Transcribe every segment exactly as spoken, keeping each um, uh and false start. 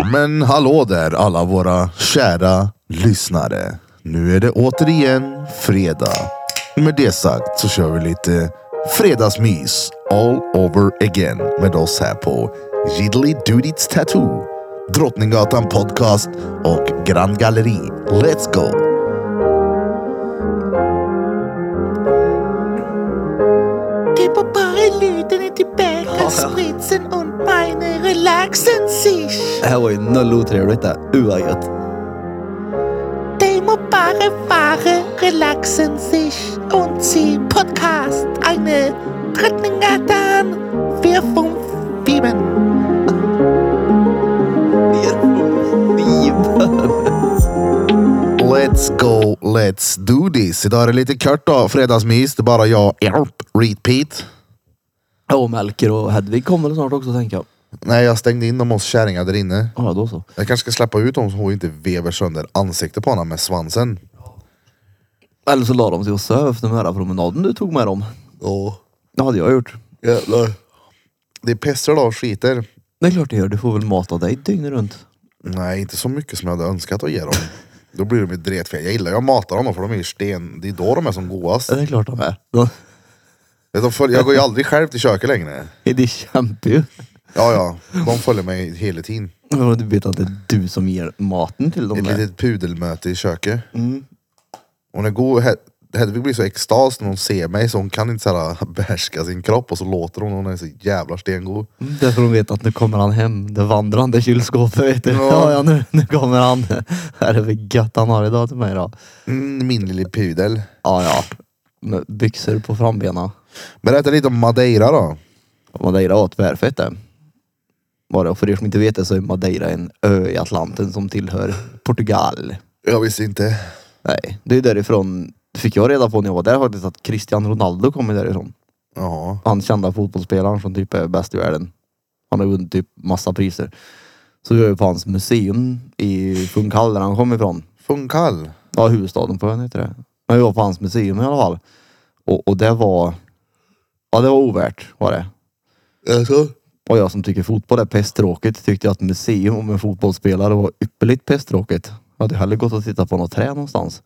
men hallå där alla våra kära lyssnare. Nu är det återigen fredag. Med det sagt så kör vi lite fredagsmys all over again med oss här på Jiddly Dudits Tattoo, Drottninggatan Podcast och Grand Galleri. Let's go! Det var bara lyden tillbaka, spritsen och meine relaxen sich. Det här var ju noll otrevligt där. Uaget. Det må bara vara relaxen sich und sie Podcast. Eine Drottninggatan vier fünf sieben. Let's go, let's do this. Idag är det lite kort då, fredagsmys. Det är bara jag, repeat. Ja, Melker och Hedvig kommer snart också, tänker jag. Nej, jag stängde in dem hos kärringar där inne. Ja, då så. Jag kanske ska släppa ut dem så hon inte vever sönder ansiktet på honom med svansen. Eller så la de sig och söv efter den här promenaden du tog med dem. Ja. Det hade jag gjort. Jävlar. Det är pester då och skiter. Det är klart det gör. Du får väl mata dig dygnet runt. Nej, inte så mycket som jag hade önskat att ge dem. Då blir de ju dretfel. Jag gillar ju att mata dem för de är ju sten. Det är då de är som godast. Det är klart de är. De följer, jag går ju aldrig själv till köket längre. Det är kämpe ju. Ja, ja. De följer mig hela tiden. Du vet att det är du som ger maten till dem. Ett där. litet pudelmöte i köket. Mm. Hon är god. Hedvig blir så extas när hon ser mig så hon kan inte så här behärska sin kropp och så låter hon. Hon är så jävla stengod. Mm, därför de vet att nu kommer han hem. Det vandrande kylskåpet, vet du. Ja. Ja, ja nu, nu kommer han. Här är väl gött han har idag till mig då. Mm, min lille pudel. Ja, ja. Med byxor på frambena. Berätta lite om Madeira då. Madeira var tvärfett det. Bara för er som inte vet det så är Madeira en ö i Atlanten som tillhör Portugal. Jag visste inte. Nej, det är därifrån. Det fick jag reda på när jag var där faktiskt, att Cristiano Ronaldo kommer därifrån. Ja. Han kända fotbollsspelaren som typ är bäst i världen. Han har vunnit typ massa priser. Så vi var ju på hans museum i Funchal där han kom ifrån. Funchal. Ja, huvudstaden på ön heter det. Men vi var på hans museum i alla fall. Och, och det var... Ja, det var ovärt var det. Alltså? Och jag som tycker fotboll är pesttråkigt tyckte att museum om en fotbollsspelare var ypperligt pesttråkigt. Jag hade hellre gått och tittat på något trä någonstans.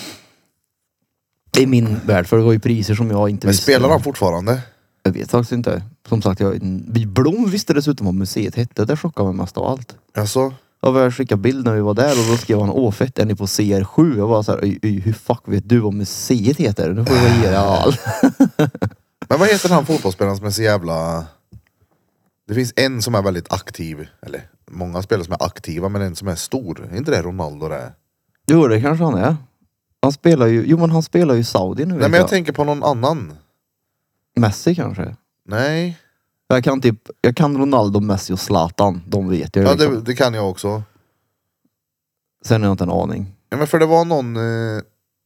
I min värld, för det var ju priser som jag inte Men visste. spelar han fortfarande? Jag vet faktiskt inte. Som sagt, jag, Blom visste dessutom vad museet hette. Det chockade mig mest av allt. Alltså? Jag började skicka bild när vi var där och då skrev han åh fett, är ni på C R sju? Jag var så här, "Oj, oj, hur fuck vet du vad museet heter? Nu får jag ge dig all." Men vad heter han fotbollsspelaren som är så jävla... Det finns en som är väldigt aktiv. Eller många spelare som är aktiva men en som är stor. Är inte det Ronaldo det? Jo, det kanske han är. Han spelar ju, jo men han spelar ju i Saudi nu. Nej vet men jag jag. tänker på någon annan. Messi kanske. Nej. Jag kan typ, jag kan Ronaldo, Messi och Zlatan. De vet jag ju Ja liksom. det, det kan jag också. Sen har jag inte en aning. Ja, men för det var någon eh,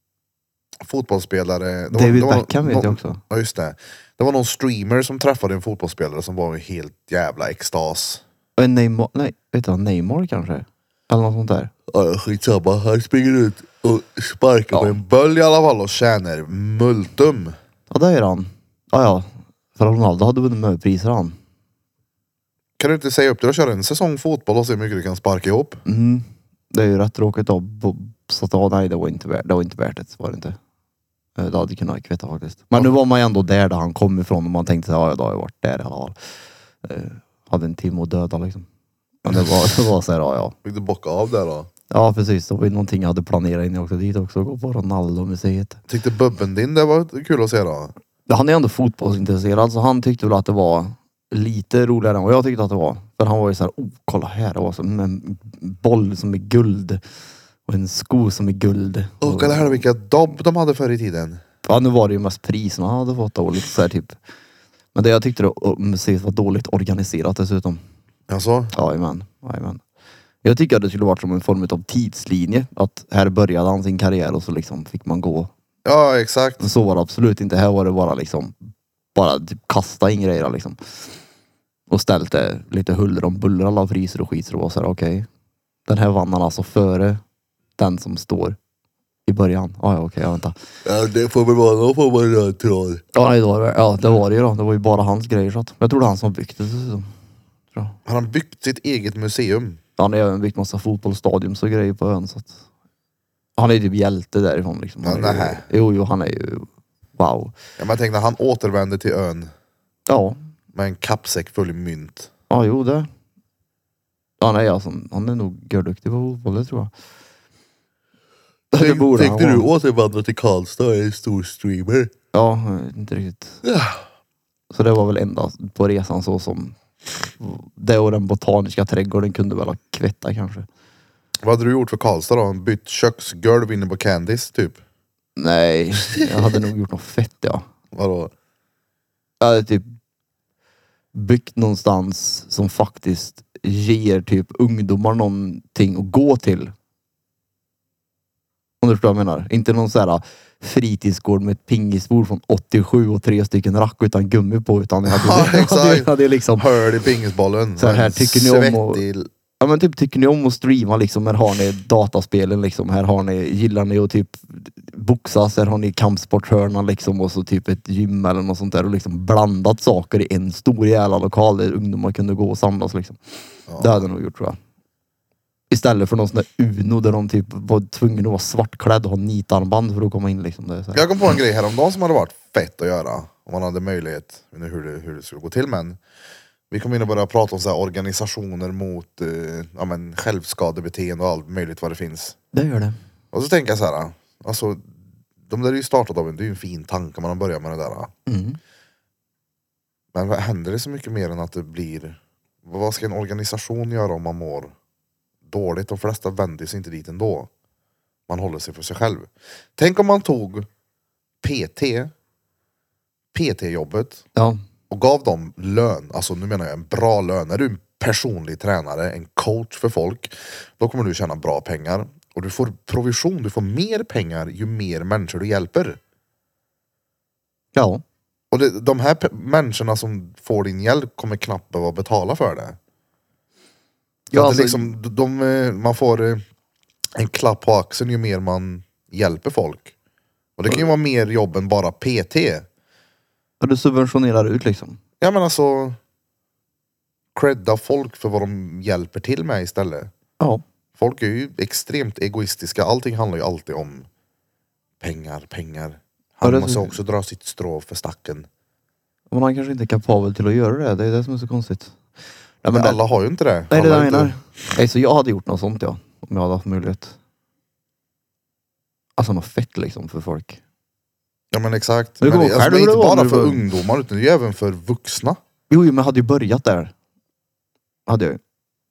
fotbollsspelare. Det var, David det var, Beckham vet någon, jag också. Ja just det. Det var någon streamer som träffade en fotbollsspelare som var helt jävla extas. Och en Neymar, nej, vet du Neymar kanske? Eller något sånt där. Ja skitsamma. Han springer ut och sparkar Ja. på en böll i alla fall och tjänar multum. Ja, där är han. Ja, ja. För Ronaldo hade vunnit med priser han. Kan du inte säga upp dig och köra en säsong fotboll och se hur mycket du kan sparka ihop? Mm. Det är ju rätt tråkigt då. Så att, ja, nej, det var inte värt det. Var inte värt det, var det inte. Det hade kunnat kvitta faktiskt. Men nu var man ju ändå där där han kom ifrån och man tänkte så här, ja, då har jag varit där i alla fall. Eh, hade en timme att döda liksom. Men det var, det var så här, ja, ja. Fick du bocka av där då? Ja, precis. Det var ju någonting jag hade planerat in jag åkte dit också. Gå på Ronaldo-museet. Tyckte Bubben din det var kul att se då? Han är ändå fotbollsintresserad så han tyckte väl att det var lite roligare än vad jag tyckte att det var. För han var ju så här, oh kolla här, det var som en boll som är guld. Och en sko som är guld. Åh, kolla här vilka dobb de hade förr i tiden. Ja, nu var det ju mest priserna han hade fått då, lite så här typ. Men det jag tyckte då, museet var dåligt organiserat dessutom. Alltså? Jajamän, jajamän. Jag tycker att det skulle varit som en form av tidslinje. Att här började han sin karriär och så liksom fick man gå. Ja, exakt. Men så var det absolut inte. Här var det bara liksom, bara typ kasta in grejer liksom. Och ställt det lite huller om buller alla priser och skit. Så det var så här, okej. Okay. Den här vann han alltså före den som står i början. Ah, ja, okej, okay, ja, vänta. Ja, det får väl vara någon form av röd tråd. Ja, nej, det var, ja, det var det ju då. Det var ju bara hans grejer. Så att, jag tror det var han som byggt det. Så. Har han byggt sitt eget museum? Han har även byggt massa fotbollsstadium och grejer på ön. Så att... Han är ju typ hjälte därifrån liksom. Han Ja, är ju... Jo, jo, han är ju... Wow. Ja, men tänk när han återvände till ön Ja. med en kappsäck full i mynt. Ja, jo det. Ja, nej, alltså, han är nog görduktig på fotboll, det tror jag. Det Tänk, borde han tänkte du vara. återvandra till Karlstad och är en stor streamer? Ja, jag vet inte riktigt. Ja. Så det var väl enda på resan så som... Det och den botaniska trädgården kunde väl ha kvätta kanske. Vad hade du gjort för Karlstad då? Bytt köksgolv inne på Candice typ? Nej, jag hade nog gjort något fett, ja. Vadå? Jag hade typ byggt någonstans som faktiskt ger typ ungdomar någonting att gå till. Om du förstår vad jag menar. Inte någon sån här fritidsgård med ett pingisbord från åttiosju och tre stycken rack utan gummi på. Utan jag hade, Ja, exakt. hade, hade liksom... Hörd i pingisbollen. Så här, En tycker ni om att- svettig- Ja men typ tycker ni om att streama liksom, här har ni dataspelen liksom, här har ni, gillar ni att typ boxas, här har ni kampsporthörnan liksom och så typ ett gym eller något sånt där och liksom blandat saker i en stor jävla lokal där ungdomar kunde gå och samlas liksom. Ja. Det hade jag nog gjort tror jag. Istället för någon sån där Uno där de typ var tvungna att vara svartklädd och ha nitarmband för att komma in liksom. Det är så här. Jag kom på en grej häromdagen som hade varit fett att göra. Om man hade möjlighet. Jag vet inte hur det, hur det skulle gå till men. Vi kom in och började prata om så här organisationer mot eh, ja, men, självskadebeteende och allt möjligt vad det finns. Det gör det. Och så tänker jag så här. Alltså, de där är ju startat av en, det är ju en fin tanke man börjar med det där. Mm. Men vad händer det så mycket mer än att det blir... Vad ska en organisation göra om man mår dåligt? De flesta vänder sig inte dit ändå. Man håller sig för sig själv. Tänk om man tog P T, P T-jobbet Ja. och gav dem lön. Alltså nu menar jag en bra lön. Är du en personlig tränare, en coach för folk, då kommer du tjäna bra pengar. Och du får provision, du får mer pengar ju mer människor du hjälper. Ja. Och det, de här pe- människorna som får din hjälp kommer knappt behöva betala för det. Ja, Ja, alltså- liksom, de, de, man får eh, en klapp på axeln ju mer man hjälper folk. Och det kan ju vara mer jobb än bara P T. Och du subventionerar ut liksom. Ja men alltså, credda folk för vad de hjälper till med istället. Ja. Folk är ju extremt egoistiska. Allting handlar ju alltid om pengar, pengar. Han Ja, det- måste också dra sitt strå för stacken. Men han kanske inte är kapabel till att göra det. Det är det som är så konstigt. Ja, Men det- alla har ju inte det. Nej, det är det Alla jag har menar. inte- Nej, så jag hade gjort något sånt ja. Om jag hade haft möjlighet. Alltså något fett liksom för folk. Ja men exakt. Men Men det det, går alltså, själv det är hur inte det var bara när för du var- ungdomar utan det är även för vuxna. Jo, jo, men jag hade ju börjat där. Hade jag ju.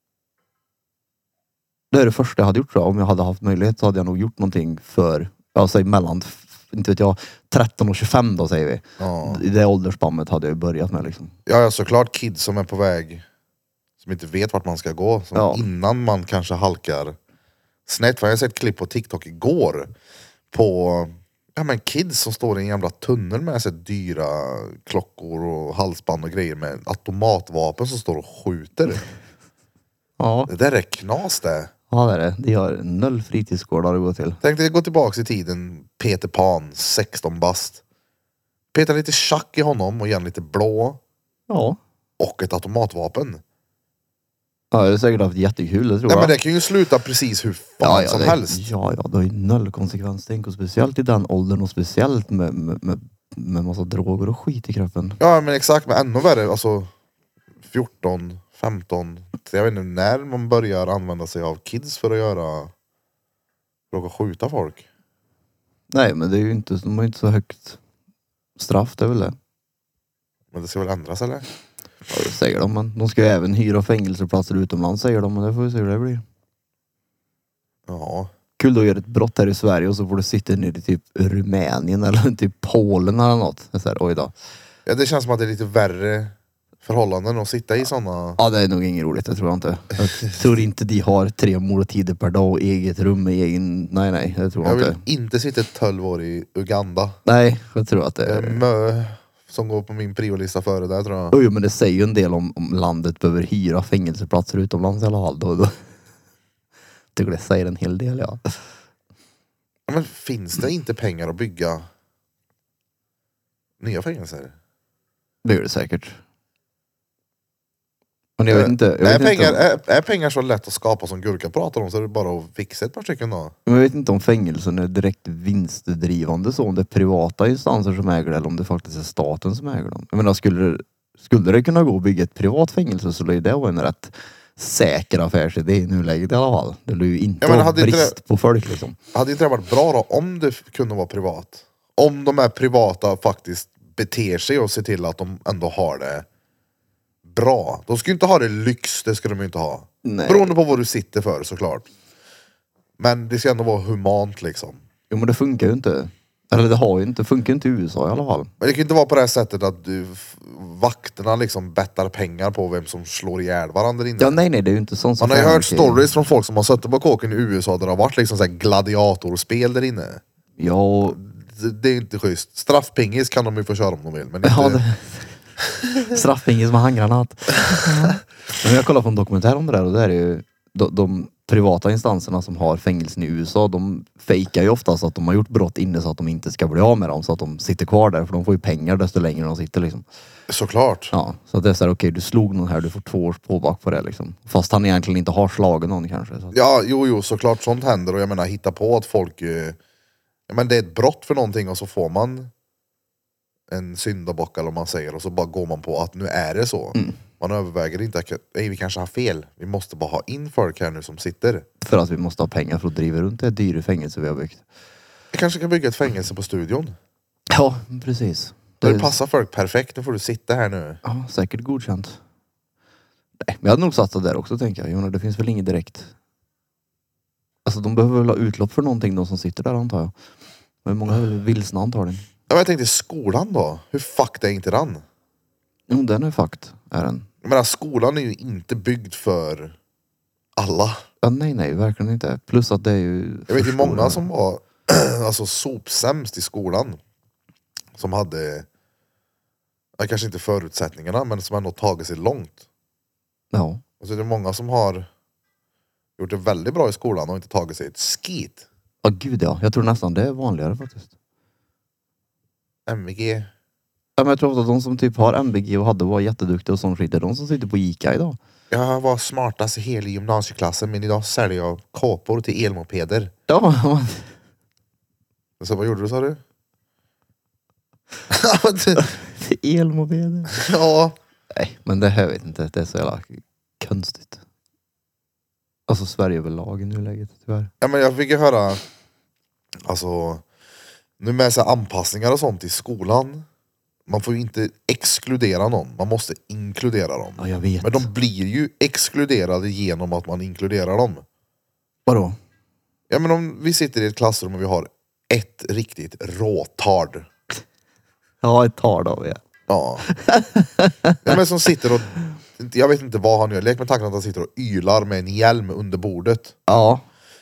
Det är det första jag hade gjort tror jag. Om jag hade haft möjlighet så hade jag nog gjort någonting för, jag säger mellan, inte vet jag, tretton och tjugofem då säger vi. Ja. I det åldersspannet hade jag ju börjat med liksom. Ja, ja såklart kids som är på väg, som inte vet vart man ska gå. Som Ja. Innan man kanske halkar snett. För jag har sett klipp på TikTok igår på ja, men kids som står i en jävla tunnel med sig dyra klockor och halsband och grejer med automatvapen som står och skjuter. Ja, Det där är knas det. ja det är det. De har noll fritidsgårdar att gå till. Tänk dig gå tillbaka i tiden. Peter Pan, sexton bast. Peta lite tjack i honom och ge han lite blå. Ja. Och ett automatvapen. Ja, det är säkert haft jättekul, det tror Nej jag. men det kan ju sluta precis hur fan ja, ja, som det, helst. Ja, ja, det är ju noll konsekvenstänk och speciellt i den åldern och speciellt med, med, med, med massa droger och skit i kroppen. Ja men exakt, men ännu värre. Alltså fjorton, femton. Jag vet inte när man börjar använda sig av kids för att göra... För att skjuta folk. Nej, men det är ju inte, de har ju inte så högt straff, det är väl det. Men det ska väl ändras eller? Ja, det säger de, men de ska ju även hyra fängelseplatser utomlands säger de, men det får vi se hur det blir. Ja. Kul då att göra ett brott här i Sverige och så får du sitta nere i typ Rumänien eller typ Polen eller något. Det är så här, oj då. Ja det känns som att det är lite värre förhållanden att sitta i sådana... Ja, det är nog inget roligt, det tror jag inte. Jag tror inte de har tre måltider per dag och eget rum med egen... Nej, nej, det tror jag, Jag vill inte. inte sitta tolv år i Uganda. Nej, jag tror att det Det är är... mö som går på min priolista före där tror jag. Jo, men det säger ju en del om, om landet behöver hyra fängelseplatser utomlands i alla fall. Då, då. Jag tycker det säger en hel del, ja. Ja, men finns det inte pengar att bygga nya fängelser? Det gör det säkert. Men jag vet inte. Jag är, vet pengar, inte om, är, är pengar så lätt att skapa som Gurka pratar om, så är det bara att fixa ett par stycken då. jag vet inte om fängelsen är direkt vinstdrivande så, om det är privata instanser som äger det eller om det faktiskt är staten som äger dem. Jag menar, skulle det, skulle det kunna gå att bygga ett privat fängelse så är det en rätt säker affärsidé i nuläget i alla fall. Det är ju inte Ja, men ha hade inte brist det- på folk liksom. Hade inte det varit bra då om det kunde vara privat? Om de här privata faktiskt beter sig och ser till att de ändå har det bra. De ska ju inte ha det lyx, det ska de ju inte ha. Nej. Beroende på vad du sitter för såklart. Men det ska ändå vara humant liksom. Jo men det funkar ju inte. Eller det har ju inte, funkar inte i U S A i alla fall. Men det kan ju inte vara på det här sättet att du, vakterna liksom bettar pengar på vem som slår ihjäl varandra inne. Ja nej nej, det är ju inte sånt som Man har ju hört fan- stories från folk som har suttit på kåken i U S A där det har varit liksom så här gladiatorspel där inne. Ja, och- Det, det är inte schysst. Straffpingis kan de ju få köra om de vill. Men inte... ja det... Straffpingis med handgranat. Men jag kollade på en dokumentär om det där och det är ju de, de privata instanserna som har fängelsen i U S A, de fejkar ju oftast att de har gjort brott inne så att de inte ska bli av med dem, så att de sitter kvar där, för de får ju pengar desto längre de sitter liksom. Såklart. Ja, så att det är såhär, okej, du slog någon här, du får två års påbak på det liksom. Fast han egentligen inte har slagit någon kanske. Så att... Ja, jo, jo, såklart sånt händer. Och jag menar, hitta på att folk... eh, Ja, men det är ett brott för någonting och så får man en syndabock eller vad man säger och så bara går man på att nu är det så. Mm. Man överväger inte att "Ej, vi kanske har fel. Vi måste bara ha in folk här nu som sitter. För att vi måste ha pengar för att driva runt det dyra fängelse vi har byggt. Vi kanske kan bygga ett fängelse på studion. Ja, precis. Det passar folk perfekt. Nu får du sitta här nu. Ja, säkert godkänt. Nej, men jag hade nog satsat där också tänker jag. Jag menar, det finns väl inget direkt... Alltså de behöver väl ha utlopp för någonting, de som sitter där antar jag. Men många är väl vilsna antagligen. Ja, men jag tänkte skolan då. Hur fucked är inte den? Jo, den är fakt, är den. Jag menar, skolan är ju inte byggd för alla. Ja, nej, nej, verkligen inte. Plus att det är ju... Jag vet ju många förskolor. som var alltså sopsämst i skolan. Som hade, ja, kanske inte förutsättningarna, men som ändå tagit sig långt. Ja. Och så är det många som har gjort det väldigt bra i skolan och inte tagit sig ett skit. Ja, gud ja. Jag tror nästan det är vanligare faktiskt. M V G. Ja, men jag tror ofta att de som typ har M B G och hade var jätteduktiga och sån skit, det är de som sitter på Ica idag. Jag var smartast i hela gymnasieklassen, men idag säljer jag kåpor till elmopeder. Ja, Så vad gjorde du, sa du? Ja, men det- elmopeder. ja, Nej, men det här vet jag inte. Det är så jävla konstigt. Alltså Sverige överlag i nuläget, tyvärr. ja, men jag fick ju höra, alltså, nu med så här anpassningar och sånt i skolan. Man får ju inte exkludera någon, man måste inkludera dem. Ja, jag vet. Men de blir ju exkluderade genom att man inkluderar dem. Vadå? Ja, men om vi sitter i ett klassrum och vi har ett riktigt råtard. Ja, ett tar då. Ja. Ja. Ja, men som sitter och, jag vet inte vad han gör. Lek med tanken att han sitter och ylar med en hjälm under bordet. Ja.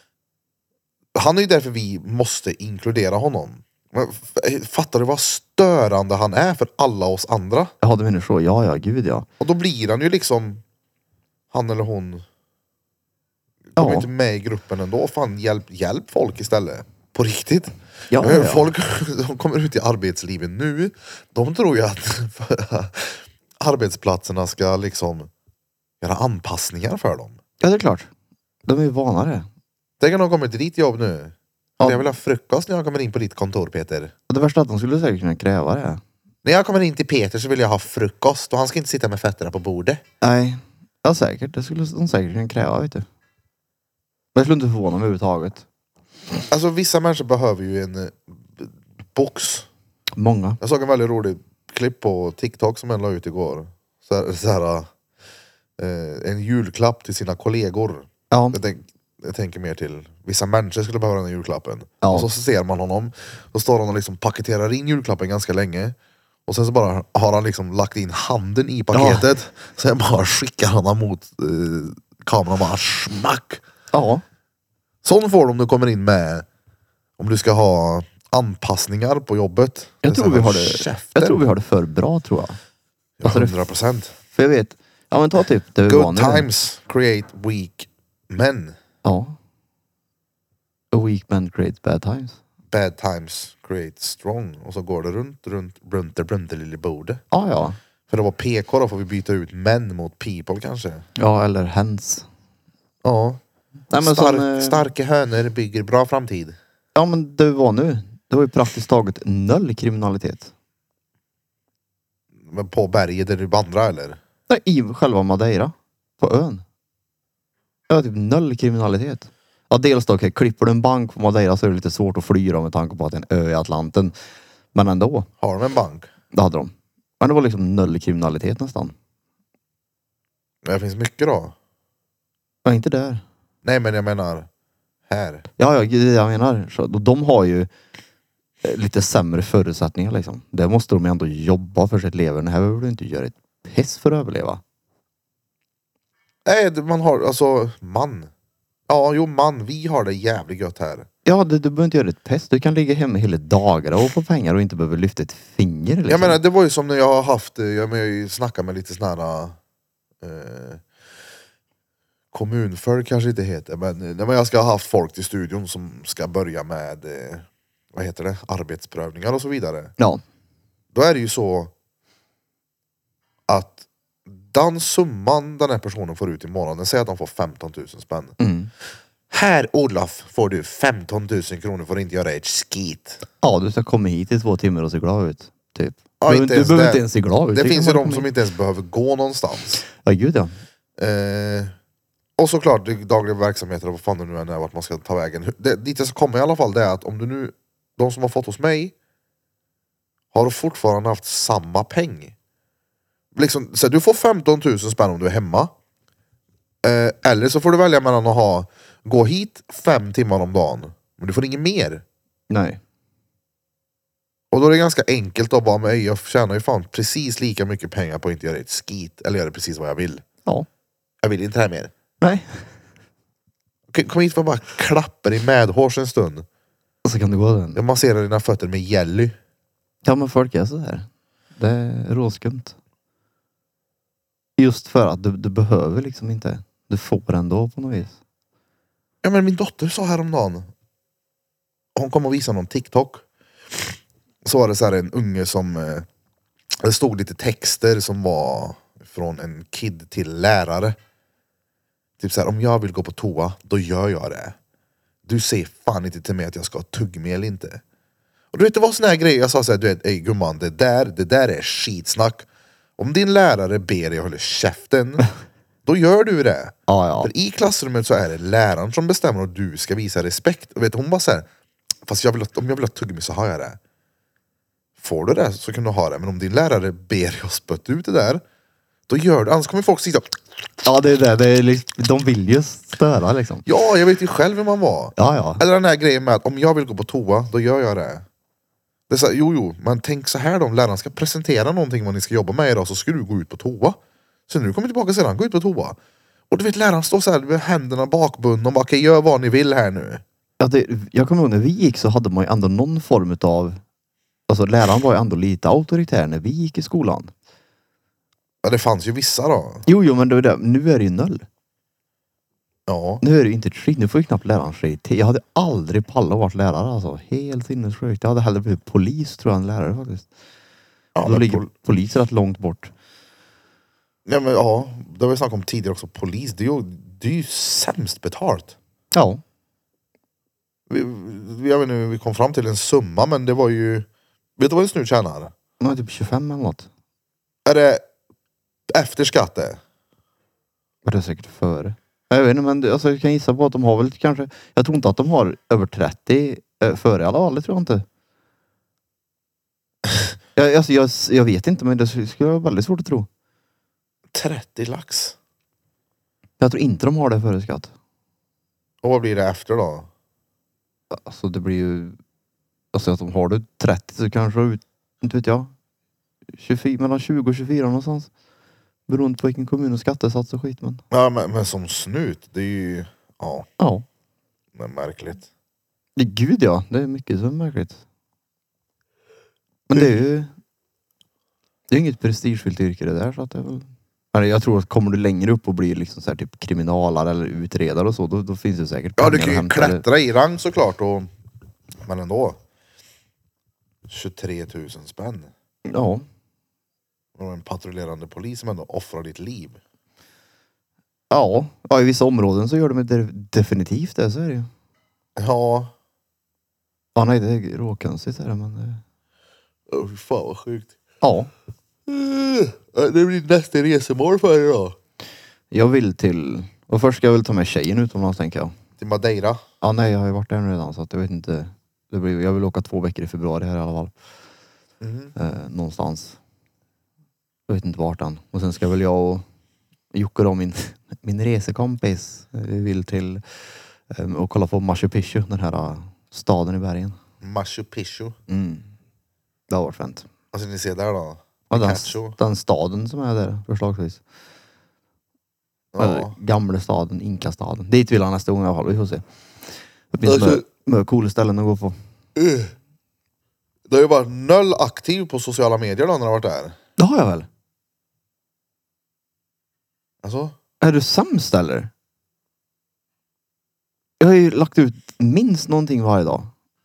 Han är ju därför vi måste inkludera honom. Men f- fattar du vad störande han är för alla oss andra? Ja, du menar så. Ja, ja, gud ja. Och då blir han ju liksom, han eller hon kommer Ja. inte med i gruppen ändå. Fan, hjälp, hjälp folk istället. På riktigt. Ja, Men ja. Folk som kommer ut i arbetslivet nu, de tror ju att arbetsplatserna ska liksom göra anpassningar för dem. Ja, det är klart. De är ju vanare. Tänk om de kommer till ditt jobb nu. Ja. Jag vill ha frukost när jag kommer in på ditt kontor, Peter. Och det värsta är att de skulle säkert kunna kräva det. När jag kommer in till Peter så vill jag ha frukost och han ska inte sitta med fötterna på bordet. Nej. Ja, säkert. Det skulle de säkert kunna kräva, vet du. Men jag skulle inte förvåna mig överhuvudtaget. Alltså vissa människor behöver ju en eh, b- box. Många. Jag såg en väldigt rolig klipp på TikTok som jag la ut igår. Så här, så här, eh, en julklapp till sina kollegor. Ja. Jag, tänk, jag tänker mer till vissa människor skulle behöva den här julklappen. Ja. Och så ser man honom. Då står han och liksom paketerar in julklappen ganska länge. Och sen så bara har han liksom lagt in handen i paketet. Sen bara skickar han honom mot eh, kameran och bara smack. Ja. Sån får du om du kommer in med, om du ska ha anpassningar på jobbet. Jag Det är tror, så vi här, har det, käften. jag tror vi har det för bra, tror jag. Ja, alltså det- hundra procent. För jag vet, ja men ta typ det vi var Good nu. times create weak men. Ja. A weak man creates bad times. Bad times create strong. Och så går det runt, runt, runt det, runt det lilla bordet. Ja, ja. För det var P K då får vi byta ut män mot people kanske. Ja, eller hens. Ja. Nej, men Stark, som, eh, starka hönor bygger bra framtid. Ja, men det var nu. Det var ju praktiskt taget noll kriminalitet. Men på berget där du vandrar eller? Nej, i själva Madeira. På ön. Det var typ noll kriminalitet. Ja, dels då, okej, klipper du en bank på Madeira så är det lite svårt att flyga med tanke på att det är en ö i Atlanten. Men ändå, Har de en bank? det hade de. Men det var liksom noll kriminalitet nästan. Det finns mycket då. Ja, inte där. Nej men jag menar här. Ja, ja, det är det jag menar. Så, de har ju eh, lite sämre förutsättningar liksom. Där måste de ändå jobba för sitt leverne. Här behöver du inte göra ett piss för att överleva. Nej man har alltså man. Ja jo man vi har det jävligt gött här. Ja, du, du behöver inte göra ett piss. Du kan ligga hemma hela dagar och få pengar och inte behöver lyfta ett finger. Liksom. Jag menar det var ju som när jag har haft, jag, jag har ju snackat med lite såna här eh, kommunfolk kanske inte heter, men när jag ska ha haft folk till studion som ska börja med eh, vad heter det, arbetsprövningar och så vidare. Ja. Då är det ju så att den summan den här personen får ut i månaden, säg att de får femton tusen spänn. Mm. Här Olof får du femton tusen kronor för att inte göra ett skit. Ja, du ska komma hit i två timmar och se glad ut. Typ. Ja, du inte du ens behöver det. inte ens se glad ut. Det kan finns ju bara de komma som hit. inte ens behöver gå någonstans. Ja, gud ja. Eh, och såklart det dagliga verksamheter och vad fan det nu än är vart man ska ta vägen. Det, dit jag ska komma i alla fall det är att om du nu, de som har fått hos mig har fortfarande haft samma peng. Liksom, så du får femton tusen spänn om du är hemma. Eh, eller så får du välja mellan att ha gå hit fem timmar om dagen. Men du får inget mer. Nej. Och då är det ganska enkelt att bara, men jag tjänar ju fan precis lika mycket pengar på att inte göra ett skit. Eller göra precis vad jag vill. Ja. Jag vill inte det här mer. Nej. Okej, kom hit för att bara klappa dig medhårs en stund. Och så kan du gå den. Jag masserar dina fötter med jelly. Ja, men folk är så här. Det är råskumt. Just för att du, du behöver liksom inte. Du får ändå på något vis. Ja men min dotter sa häromdagen. Hon kom och visade någon TikTok. Så var det så här en unge som eh, det stod lite texter som var från en kid till lärare. Typ så här, om jag vill gå på toa, då gör jag det. Du säger fan inte till mig att jag ska ha tuggmedel eller inte. Och du vet det var sån här grej, jag sa så här, du vet, ey gumman, det där, det där är skitsnack. Om din lärare ber dig hålla käften, då gör du det. Ja, ja. För i klassrummet så är det läraren som bestämmer och du ska visa respekt. Och vet hon bara säger, fast jag vill, om jag vill ha tuggummi så har jag det. Får du det så kan du ha det. Men om din lärare ber dig att spötta ut det där, då gör du. Annars kommer folk sitta. Ja, det är det. det är liksom, de vill ju störa liksom. Ja, jag vet ju själv hur man var. Ja, ja. Eller den här grejen med att om jag vill gå på toa, då gör jag det. Det är så här, jo, jo, men tänk så här då. Om läraren ska presentera någonting vad ni ska jobba med idag, så ska du gå ut på toa. Så när du kommer tillbaka sedan, gå ut på toa. Och du vet, läraren står så här med händerna bakbundna och bara, okej, gör vad ni vill här nu. Ja, det, jag kommer ihåg när vi gick så hade man ju ändå någon form av, alltså läraren var ju ändå lite auktoritär när vi gick i skolan. Ja, det fanns ju vissa då. Jo, jo, men det, det, nu är det ju noll. Ja. Nu är det ju inte ett skit. Nu får ju knappt läraren säga till. Jag hade aldrig pallat varit lärare alltså. Helt sinnessjukt. Jag hade hellre blivit polis tror jag än lärare faktiskt. Ja, Då men ligger pol- polis rätt långt bort. ja, men ja, det har vi snackat om tidigare också. Polis, det är ju, det är ju sämst betalt. Ja. Vi, vi, jag vet inte, vi kom fram till en summa, men det var ju... Vet du vad en snut tjänar? Man är typ tjugofem eller något. Är det efter skatt det? Men det är säkert före. Jag vet inte, men det- alltså, jag kan gissa på att de har väl kanske... Jag tror inte att de har över trettio eh, före i alla fall. Det tror jag inte. jag, alltså, jag, jag vet inte, men det skulle vara väldigt svårt att tro. trettio lax. Jag tror inte de har det före skatt. Och vad blir det efter då? Alltså det blir ju... Alltså att de har det trettio så kanske ut... Inte vet jag. tjugofyra, mellan tjugo och tjugofyra någonstans. Beroende på vilken kommun och skattesats och skit. Men... Ja, men, men som snut, det är ju... Ja, Ja. det är märkligt. Det, gud ja, det är mycket som är märkligt. Men det är ju... Det är inget prestigefyllt yrke det där så att det är väl... Eller jag tror att kommer du längre upp och blir liksom så här typ kriminalare eller utredare och så, då, då finns det säkert Ja, du pengar kan att ju hämta. klättra i rang såklart. Och, men ändå. tjugotre tusen spänn. Ja. Och en patrullerande polis som ändå offrar ditt liv. Ja, ja, i vissa områden så gör de det definitivt det, så är det ju. Ja. Ja, nej, det är råkonstigt är det, men det... Oh, fan vad sjukt. Ja. Det blir nästa resemål för idag. Jag vill till... Och först ska jag väl ta med tjejen utomlands, tänker jag. Till Madeira. Ja, nej, jag har ju varit där redan, så att jag vet inte. Det blir, jag vill åka två veckor i februari här i alla fall. Mm. Eh, någonstans. Jag vet inte vart än. Och sen ska väl jag och Jocke då, min, min resekompis. Vi vill till eh, och kolla på Machu Picchu, den här uh, staden i bergen. Machu Picchu. Mm. Det har varit fint. Alltså ni ser där då. Ja, den, Picasso. den staden som är där förslagsvis. Eller Ja. gamla staden, Inka-staden. Dit vill han nästa gång i alla fall, vi får se. Det finns Alltså- alltså, med coola ställen att gå på. Uh. Du har ju varit noll aktiv på sociala medier då när du har varit där. Det har jag väl? Alltså? Är du sämst eller? Jag har ju lagt ut minst någonting varje dag.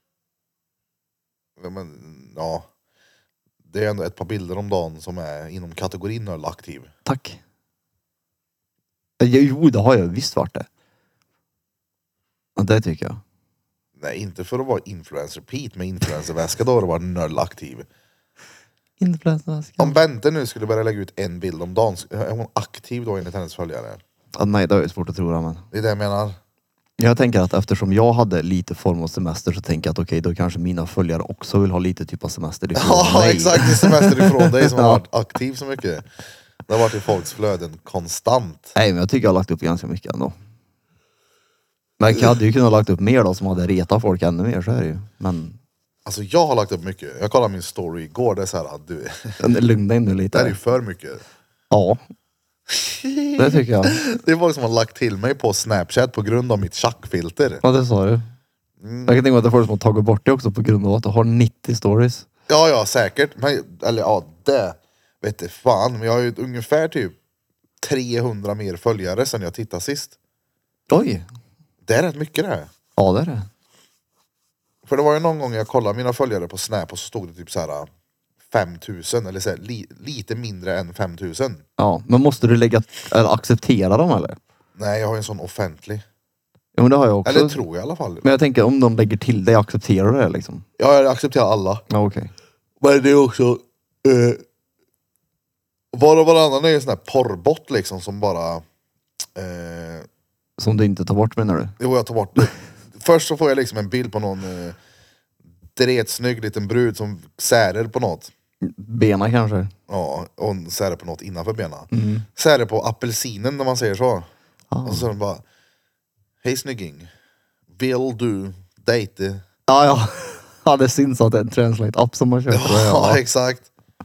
Ja, men, ja. Det är ändå ett par bilder om dagen som är inom kategorin noll aktiv. Tack. Jo, det har jag visst varit det. Ja, det tycker jag. Nej, inte för att vara influencer Pete med influencerväska, då har du varit noll aktiv. Influencer. Om Bente nu skulle börja lägga ut en bild om dagen, är hon aktiv då enligt hennes följare? Ja, nej, det är ju svårt att tro det, men. Det är det jag menar. Jag tänker att eftersom jag hade lite form av semester så tänker jag att okej, då kanske mina följare också vill ha lite typ av semester ifrån Ja, mig. exakt. Det är semester ifrån dig som har Ja. varit aktiv så mycket. Det har varit i folks flöden konstant. Nej, men jag tycker jag har lagt upp ganska mycket ändå. Men jag hade ju kunnat lagt upp mer då som hade retat folk ännu mer, så är det ju. Men Alltså jag har lagt upp mycket. Jag kollade min story igår, det är så här att du, lugna in nu det lite. här är ju för mycket. Ja, det tycker jag. Det är folk som har lagt till mig på Snapchat på grund av mitt tjackfilter. Ja, det sa du. Mm. Jag kan tänka mig att det är folk som har tagit bort det också på grund av att du har nittio stories. Ja, ja, säkert. Men, eller ja, det vet jag fan. Men jag har ju ungefär typ trehundra mer följare sen jag tittade sist. Oj. Det är rätt mycket det här. Ja, det är det. För det var ju någon gång jag kollade mina följare på Snap och så stod det typ så här fem tusen eller så här, li, lite mindre än fem tusen. Ja, men måste du lägga, eller acceptera dem eller? Nej, jag har ju en sån offentlig. Ja, men det har jag också. Eller tror jag i alla fall. Men jag tänker om de lägger till det, accepterar du det liksom? Ja, jag accepterar alla. Ja, okej. Men det är också eh, var och varannan är ju en sån här porrbot liksom som bara eh, Som du inte tar bort, menar du? jo, jag tar bort det. Först så får jag liksom en bild på någon eh, dretsnygg liten brud som särer på något. Bena kanske? Ja, och hon särer på något innanför benen. Mm. Särer på apelsinen när man säger så. Ah. Och så säger de bara: hej snygging, vill du dejta? Ja, ja. Ja, det syns att det är en translate-app som man köper. Ja, Ja. exakt.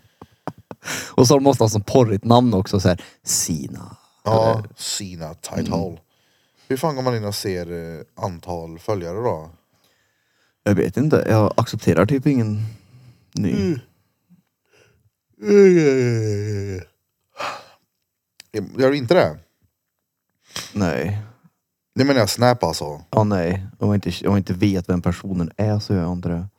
Och så måste ha som porrigt namn också, så här Sina. Ja, Eller- Sina tight hole. Hur fan går man in och ser eh, antal följare då? Jag vet inte, jag accepterar typ ingen ny. Mm. Gör du inte det? Nej. Det menar jag Snap alltså. Ja, nej. Om jag, inte, om jag inte vet vem personen är så gör jag inte det.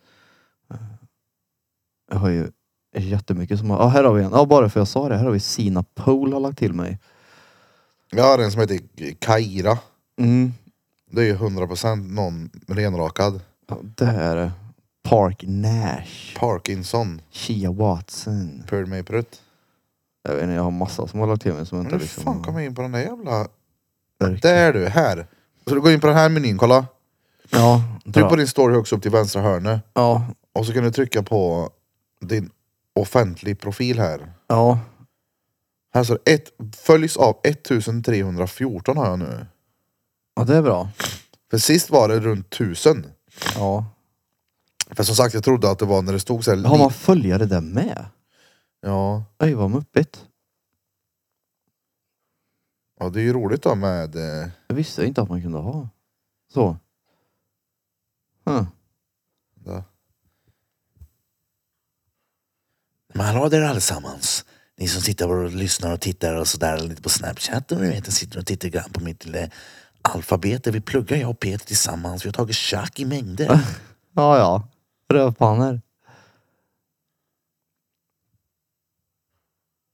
Jag har ju jättemycket som har... Ja, här har vi en. Ja, bara för jag sa det. Här har vi Sina Pole har lagt till mig. Jag har en som heter Kaira. Mm. Det är ju hundra procent någon renrakad. Ja, det här är Park Nash. Parkinson. Shia Watson. Purr mig prutt. Jag vet inte, jag har massa som har lagt till mig som Men inte hur liksom... fan kom jag in på den där jävla... Verkligen. Där är du, här. Så du går in på den här menyn, kolla. Ja, Tryck på bra. din story högst upp till vänstra hörnet. Ja, Och så kan du trycka på din offentlig profil här. ja. Här står det ett, följs av ettusentrehundrafjorton har jag nu. Ja, det är bra. För sist var det runt tusen. Ja. För som sagt, jag trodde att det var när det stod så här... Har man li- följare där med? Ja. Oj, vad muppigt. Ja, det är ju roligt då med... Eh... Jag visste inte att man kunde ha. Så. Huh. Ja. Men hallå där allesammans. Ni som sitter och lyssnar och tittar och sådär lite på Snapchat och ni vet, jag sitter och tittar grann på mitt lilla alfabet där vi pluggar, jag och Peter tillsammans. Vi har tagit tjack i mängder. Ja, ja. Rövpannor.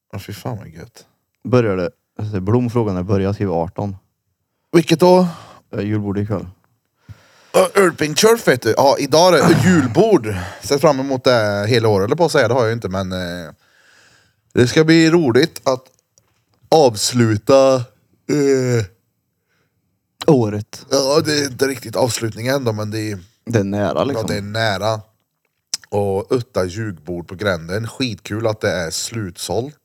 Ja, fy fan vad gött. Började, alltså, Blom frågade när jag började skriva arton. Vilket då? Äh, julbord ikväll. Uh, Irping Church vet du. Ja, idag är det julbord. Sett fram emot det hela året, eller på att säga. Det har jag ju inte, men eh, det ska bli roligt att avsluta eh, Året. ja, det är inte riktigt avslutningen ändå, men det är, Det är nära ja, liksom. det är nära. Och utta julbord på gränden. Skitkul att det är slutsålt.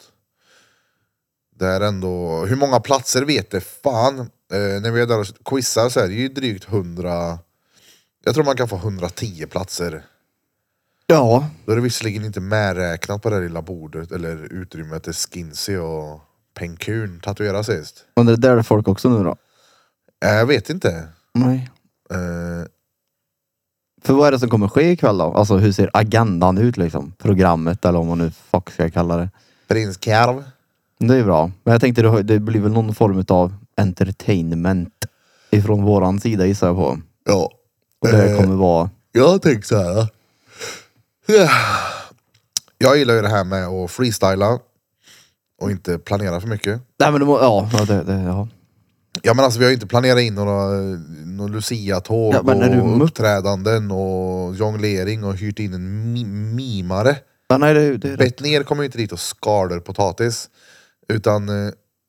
Det är ändå, hur många platser vet det fan. Eh, när vi är där och quizar så är det ju drygt hundra. Jag tror man kan få hundratio platser. Ja. Då är det visserligen inte medräknat på det lilla bordet eller utrymmet där Skinsy och Penkun tatuerar sist. Men det är där folk också nu då? Eh, Jag vet inte. Nej. Eh, För vad är det som kommer ske ikväll då? Alltså hur ser agendan ut liksom? Programmet eller om man nu fuck ska kalla det. Prinskarv. Det är bra. Men jag tänkte det, det blir väl någon form av entertainment ifrån våran sida gissar jag på. Ja. Och det Eh, kommer vara... Jag tänker så här. Ja. Jag gillar ju det här med att freestyla. Och inte planera för mycket. Nej men det må... Ja, ja, det, det, ja. Ja men alltså vi har ju inte planerat in några, några Lucia-tåg Ja, men när du och mupp- uppträdanden och jonglering och hyrt in en mi- mimare. Ja, nej, det, det är rätt. Bettner kommer ju inte dit och skalar potatis. Utan eh,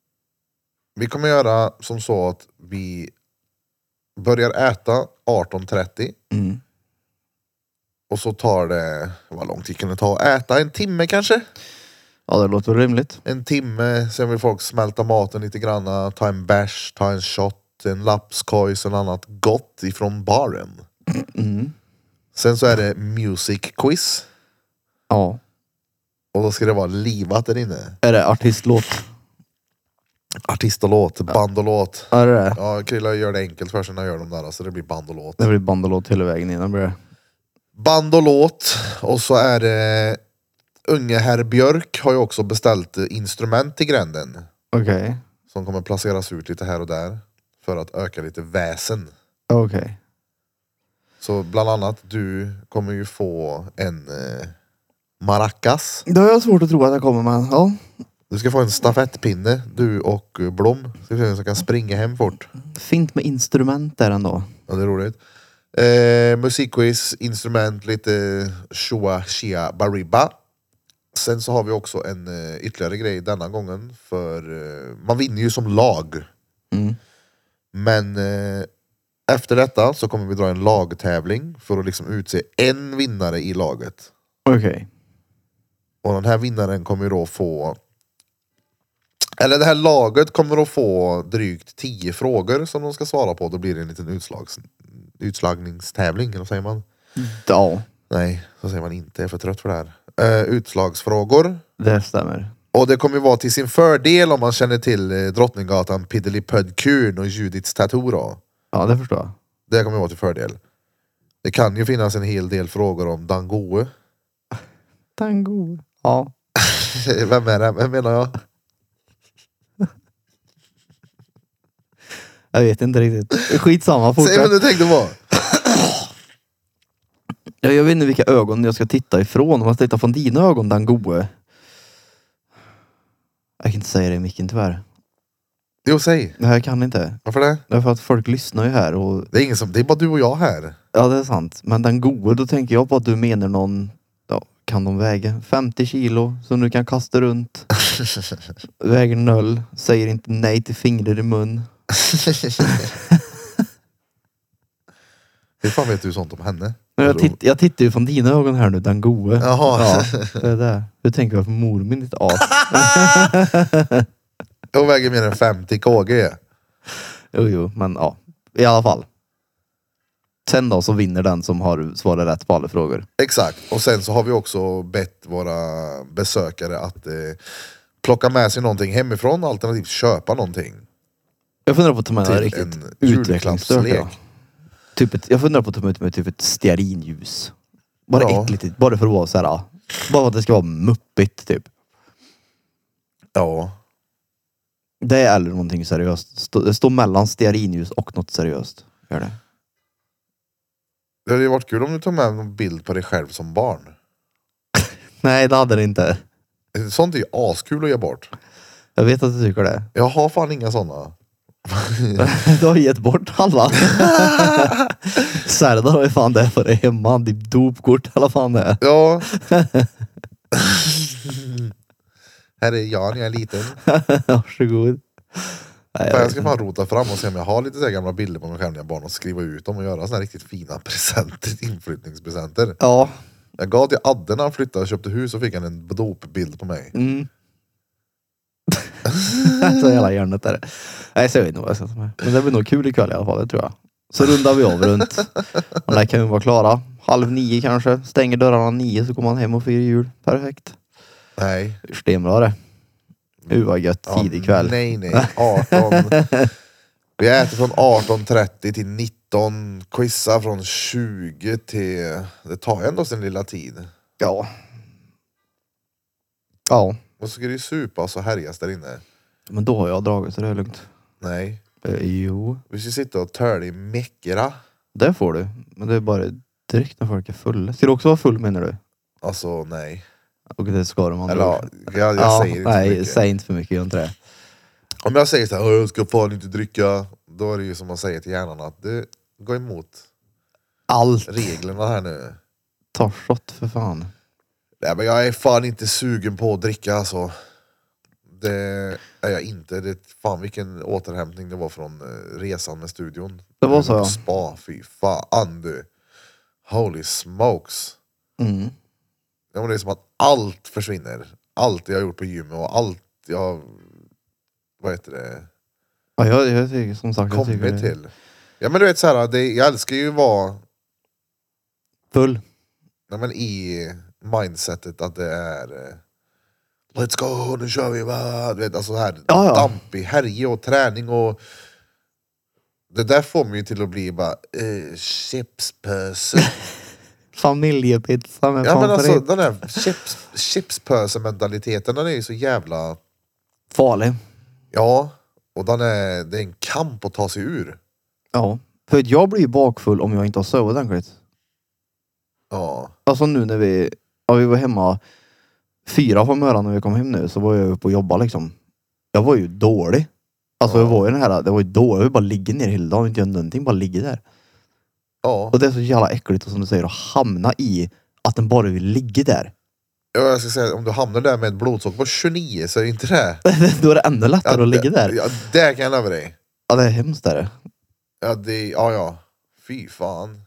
vi kommer göra som så att vi börjar äta arton trettio. Mm. Och så tar det, vad lång tid kan det ta? Äta en timme kanske? Ja, det låter väl rimligt. En timme, sen vill folk smälta maten lite granna, ta en bärs, ta en shot, en lapskojs och annat gott ifrån baren. Mm. Sen så är det music quiz. Ja. Och då ska det vara livat där inne. Är det artistlåt? Artist och låt, band och låt. Ja, det är det. Ja, Krilla gör det enkelt för sig när jag gör de där, så det blir band och låt. Det blir band och låt hela vägen innan blir det. Band och låt, och så är det unge herr Björk har ju också beställt instrument till gränden. Okej. Som kommer placeras ut lite här och där. För att öka lite väsen. Okej. Så bland annat du kommer ju få en eh, maracas. Det har jag svårt att tro att jag kommer med. Ja. Du ska få en stafettpinne, du och eh, Blom. Så vi som kan springa hem fort. Fint med instrument där ändå. Ja, det är roligt. Eh, musikquiz, instrument, lite shua, shia, bariba. Sen så har vi också en eh, ytterligare grej denna gången. För eh, man vinner ju som lag. Mm. Men eh, efter detta så kommer vi dra en lagtävling. För att liksom utse en vinnare i laget. Okej. Och den här vinnaren kommer ju då få... Eller det här laget kommer att få drygt tio frågor som de ska svara på. Då blir det en liten utslags, utslagningstävling, eller vad säger man? Ja, Nej, så säger man inte. Jag är för trött för det här. Eh, utslagsfrågor. det stämmer. Och det kommer ju vara till sin fördel om man känner till eh, Drottninggatan, Piddelipödkurn och Judiths tattoo då. Ja, det förstår jag. Det kommer vara till fördel. Det kan ju finnas en hel del frågor om Dangoe. Tango. Ja. Vem är det? Vem menar jag? Jag vet inte riktigt. Skitsamma, Säg fortsätt. vad du tänkte på. Jag, jag vet inte vilka ögon jag ska titta ifrån. Om jag tittar från dina ögon, den gode. Jag kan inte säga det i micken tyvärr. Jo, säg. Det här kan inte. Varför det? Därför att folk lyssnar ju här och... Det är ingen som, det är bara du och jag här. Ja, det är sant. Men den gode, då tänker jag på att du menar någon... Ja, kan de väga femtio kilo som du kan kasta runt. Väger noll. Säger inte nej till fingrar i mun. Hur fan vet du sånt om henne? Men jag, titt, jag tittar ju från dina ögon här nu, den gode. Jaha. Ja, det är det. Du tänker på mor min ditt as. Jag väger mer än femtio kilogram. Jo, jo, men ja. I alla fall. Sen då så vinner den som har svarat rätt på alla frågor. Exakt. Och sen så har vi också bett våra besökare att eh, plocka med sig någonting hemifrån, alternativt köpa någonting. Jag funderar på att ta med Till en riktigt en utvecklingsstört. julklappslek. Ja. Typ ett, jag funderar på att ta med mig typ ett stearinljus. Bara Ja. ett litet, bara för att vara så här. Bara för att det ska vara muppigt typ. Ja. Det är eller någonting seriöst. Stå, det står mellan stearinljus och något seriöst. Gör det. Det hade ju varit kul om du tog med någon bild på dig själv som barn. Nej, det hade det inte. Sånt är ju askul att ge bort. Jag vet att du tycker det. Jag har fan inga sådana. Du har gett bort alla. Serdar har ju fan det för dig hemma. Ditt dopkort eller fan det är. Ja. Här är Jan, jag är liten. Varsågod. Nej, Jag, jag ska fan rota fram och se om jag har lite så här gamla bilder på mig själv när jag barn och skriva ut dem och göra såna här riktigt fina presenter, inflyttningspresenter. Ja. Jag gav till Adde när han flyttade och köpte hus och fick han en dopbild på mig. Mm. Så hela hjärnet där. Nej, så jag vet inte vad jag ska ta med. Men det blir nog kul ikväll i alla fall, det tror jag. Så rundar vi av runt. Och där kan vi vara klara. Halv nio kanske. Stänger dörrarna nio så kommer man hem och firar jul. Perfekt. Nej. Stenbra det. Uh, vad gött. Tidig kväll. Nej, nej. arton. Vi äter från arton trettio till nitton. Quizza från tjugo till... Det tar ändå sin lilla tid. Ja. Ja. Och så ska det ju supas och härjas där inne. Men då har jag dragit så det är lugnt. Nej. Eh, jo. Vi ska sitta och törla i mäckra. Det får du. Men det är bara direkt när folk är fulla. Ska du också vara full menar du? Alltså, nej. Och det ska de andra. Eller ja, jag, jag ja, säger inte nej, så mycket. säg inte för mycket, gör inte det. Om jag säger så här, jag ska fan inte dricka. Då är det ju som man säger till hjärnan att det går emot Allt. reglerna här nu. Ta shot för fan. Nej, men jag är fan inte sugen på att dricka alltså. Det är jag inte. Det är fan vilken återhämtning det var från uh, resan med studion. Det var så, på ja. Spa, fy fan du. Holy smokes. Mm. Ja, men det är som att allt försvinner. Allt jag har gjort på gymmet och allt jag, vad heter det, Ja, jag, jag tycker som sagt jag tycker kommit det. till. Ja, men du vet såhär, det, jag älskar ju att vara Full. ja, men i mindsetet att det är eh, let's go, nu kör vi, va? Du vet, alltså så här Ja, ja. dampig härj och träning och det där får mig ju till att bli bara eh, chipspöse. Familjepizza med Ja, men pommes alltså frites. den där chips, chipspöse mentaliteten, den är ju så jävla, Farlig. ja, och den är, det är en kamp att ta sig ur. Ja. För att jag blir ju bakfull om jag inte har sovit ordentligt. Ja. Alltså nu när vi, ja, vi var hemma fyra på morgonen när vi kom hem nu så var jag uppe och jobbade liksom. Jag var ju dålig. Alltså Ja. jag var ju den här, det var ju dålig. Jag bara ligger ner hela dagen och inte gör någonting. Bara ligger där. Ja. Och det är så jävla äckligt och som du säger att hamna i att den bara vill ligga där. Ja, jag ska säga, om du hamnar där med ett blodsocker på tjugonio så är det inte det. Då är det ännu lättare Ja, att ligga det- där. Ja, det kan jag lova dig. Ja, det är hemskt där. Ja, det, ja, ja. Fy fan.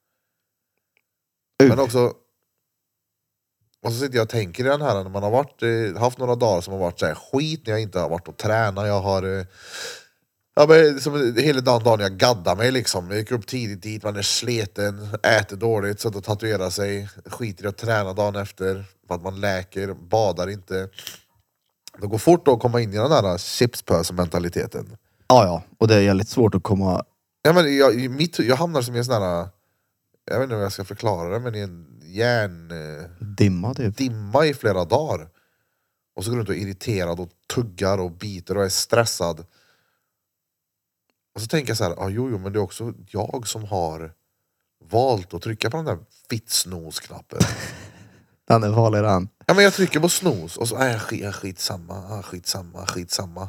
Uh. Men också, och så sitter jag och tänker i den här när man har varit, eh, haft några dagar som har varit så här skit när jag inte har varit och tränat. Jag har, eh, ja, men, som hela dagen, dagen jag gaddar mig liksom. Jag gick upp tidigt dit, man är sleten, äter dåligt, så att tatuera sig, skiter i att träna dagen efter för att man läker, badar inte. Det går fort att komma in i den här chipspöse-mentaliteten. Ja, ja. Och det är jävligt svårt att komma... Ja, men jag, mitt, jag hamnar som i en sån här, jag vet inte hur jag ska förklara det, men i en hjärndimma Dimma typ. i flera dagar. Och så går du runt och är irriterad och tuggar och biter och är stressad. Och så tänker jag så här, ah, jo, jo, men det är också jag som har valt att trycka på den där fittsnos-knappen. Den är farlig den. Ja, men jag trycker på snos och så är jag skit, skitsamma, ah, skitsamma, skitsamma.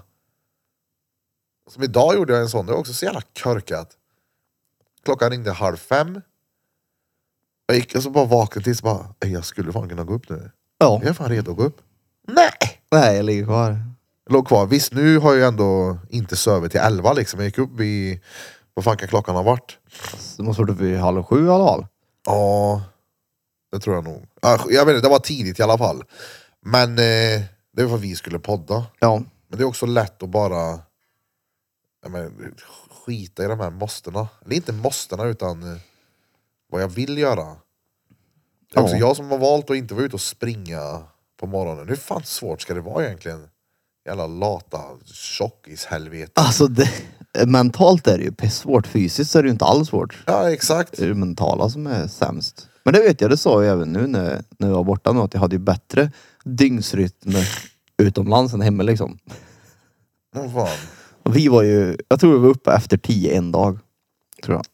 Som idag gjorde jag en sån, det var också så jävla körkat. Klockan ringde halv fem. Jag gick och så bara vaknade tills bara, jag skulle fan kunna gå upp nu. Ja. Jag är fan redo att gå upp. Nej! Nej, jag ligger kvar. Jag låg kvar. Visst, nu har jag ändå inte sovit till elva liksom. Jag gick upp vid, vad fan kan klockan ha varit? Det måste varit vid halv sju i alla fall. Ja, det tror jag nog. Ja, jag vet inte, det var tidigt i alla fall. Men eh, det var för att vi skulle podda. Ja. Men det är också lätt att bara ja, men, skita i de här måstena. Eller inte måstena utan eh, vad jag vill göra. Det är också Ja. jag som har valt att inte vara ute och springa på morgonen. Hur fan svårt ska det vara egentligen? Jävla lata tjockishelvete. Alltså det, mentalt är det ju svårt. Fysiskt är det ju inte alls svårt. Ja, exakt. Det är det mentala som är sämst. Men det vet jag, det sa jag även nu när, när jag var borta nu, att jag hade ju bättre dygnsrytm utomlands än hemma liksom. Vad fan. Och vi var ju, jag tror vi var uppe efter tio en dag. Tror jag.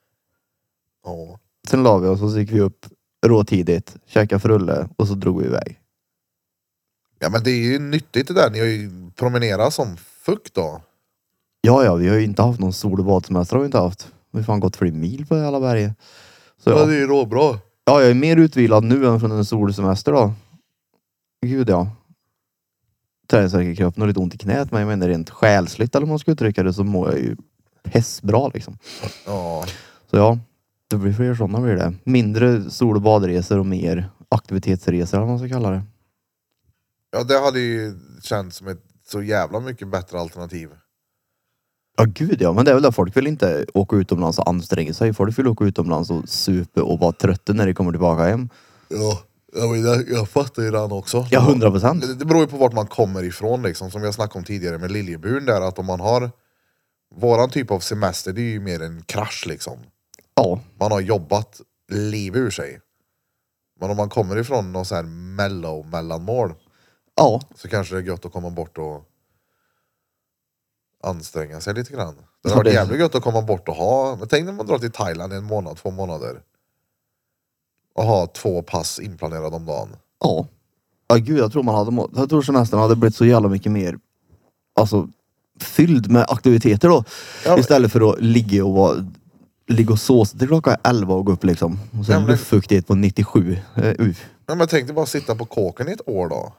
Ja. Sen la vi oss och så gick vi upp råtidigt, käkade frulle och så drog vi iväg. Ja men det är ju nyttigt det där. Ni har ju promenerat som fuck då. Ja, ja, vi har ju inte haft någon sol- och badsemester har vi inte haft. Vi har fan gått flera mil på alla berg. Så Ja ja. det är ju råbra. Ja, jag är mer utvilad nu än från en solsemester då. Gud ja. Träningsvärk i kroppen och lite ont i knät. Men jag menar rent själsligt eller om man ska uttrycka det så mår jag ju pessbra liksom. Ja. Så ja, det blir fler sådana blir det. Mindre sol- och badresor och mer aktivitetsresor eller vad man ska kalla det. Ja det hade ju känts som ett så jävla mycket bättre alternativ. Ja gud ja, men det är väl det. Folk vill inte åka utomlands och anstränga sig. Folk vill åka utomlands och supa och vara trötta när de kommer tillbaka hem. Ja, jag, jag, jag fattar ju den också. Ja, hundra procent. Det, det beror ju på vart man kommer ifrån liksom. Som jag snackade om tidigare med Liljeburen där. Att om man har våran typ av semester, det är ju mer en krasch liksom. Ja, Man har jobbat liv ur sig. Men om man kommer ifrån någon sån här mellow mellanmål. ja. Så kanske det är gött att komma bort och anstränga sig lite grann. Det Ja, har varit det- jävligt gött att komma bort och ha. Men tänk när man drar till Thailand i en månad, två månader. Och ha två pass inplanerade om dagen. Ja. Ja gud, jag tror man hade må- jag tror semestern hade blivit så jävla mycket mer alltså fylld med aktiviteter då. Ja, men- Istället för att ligga och vara ligga och såsa till klockan elva och gå upp liksom. Och sen Ja, men- luftfuktighet på nittiosju. Uh, uh. Ja, men tänk dig bara sitta på kåken i ett år då.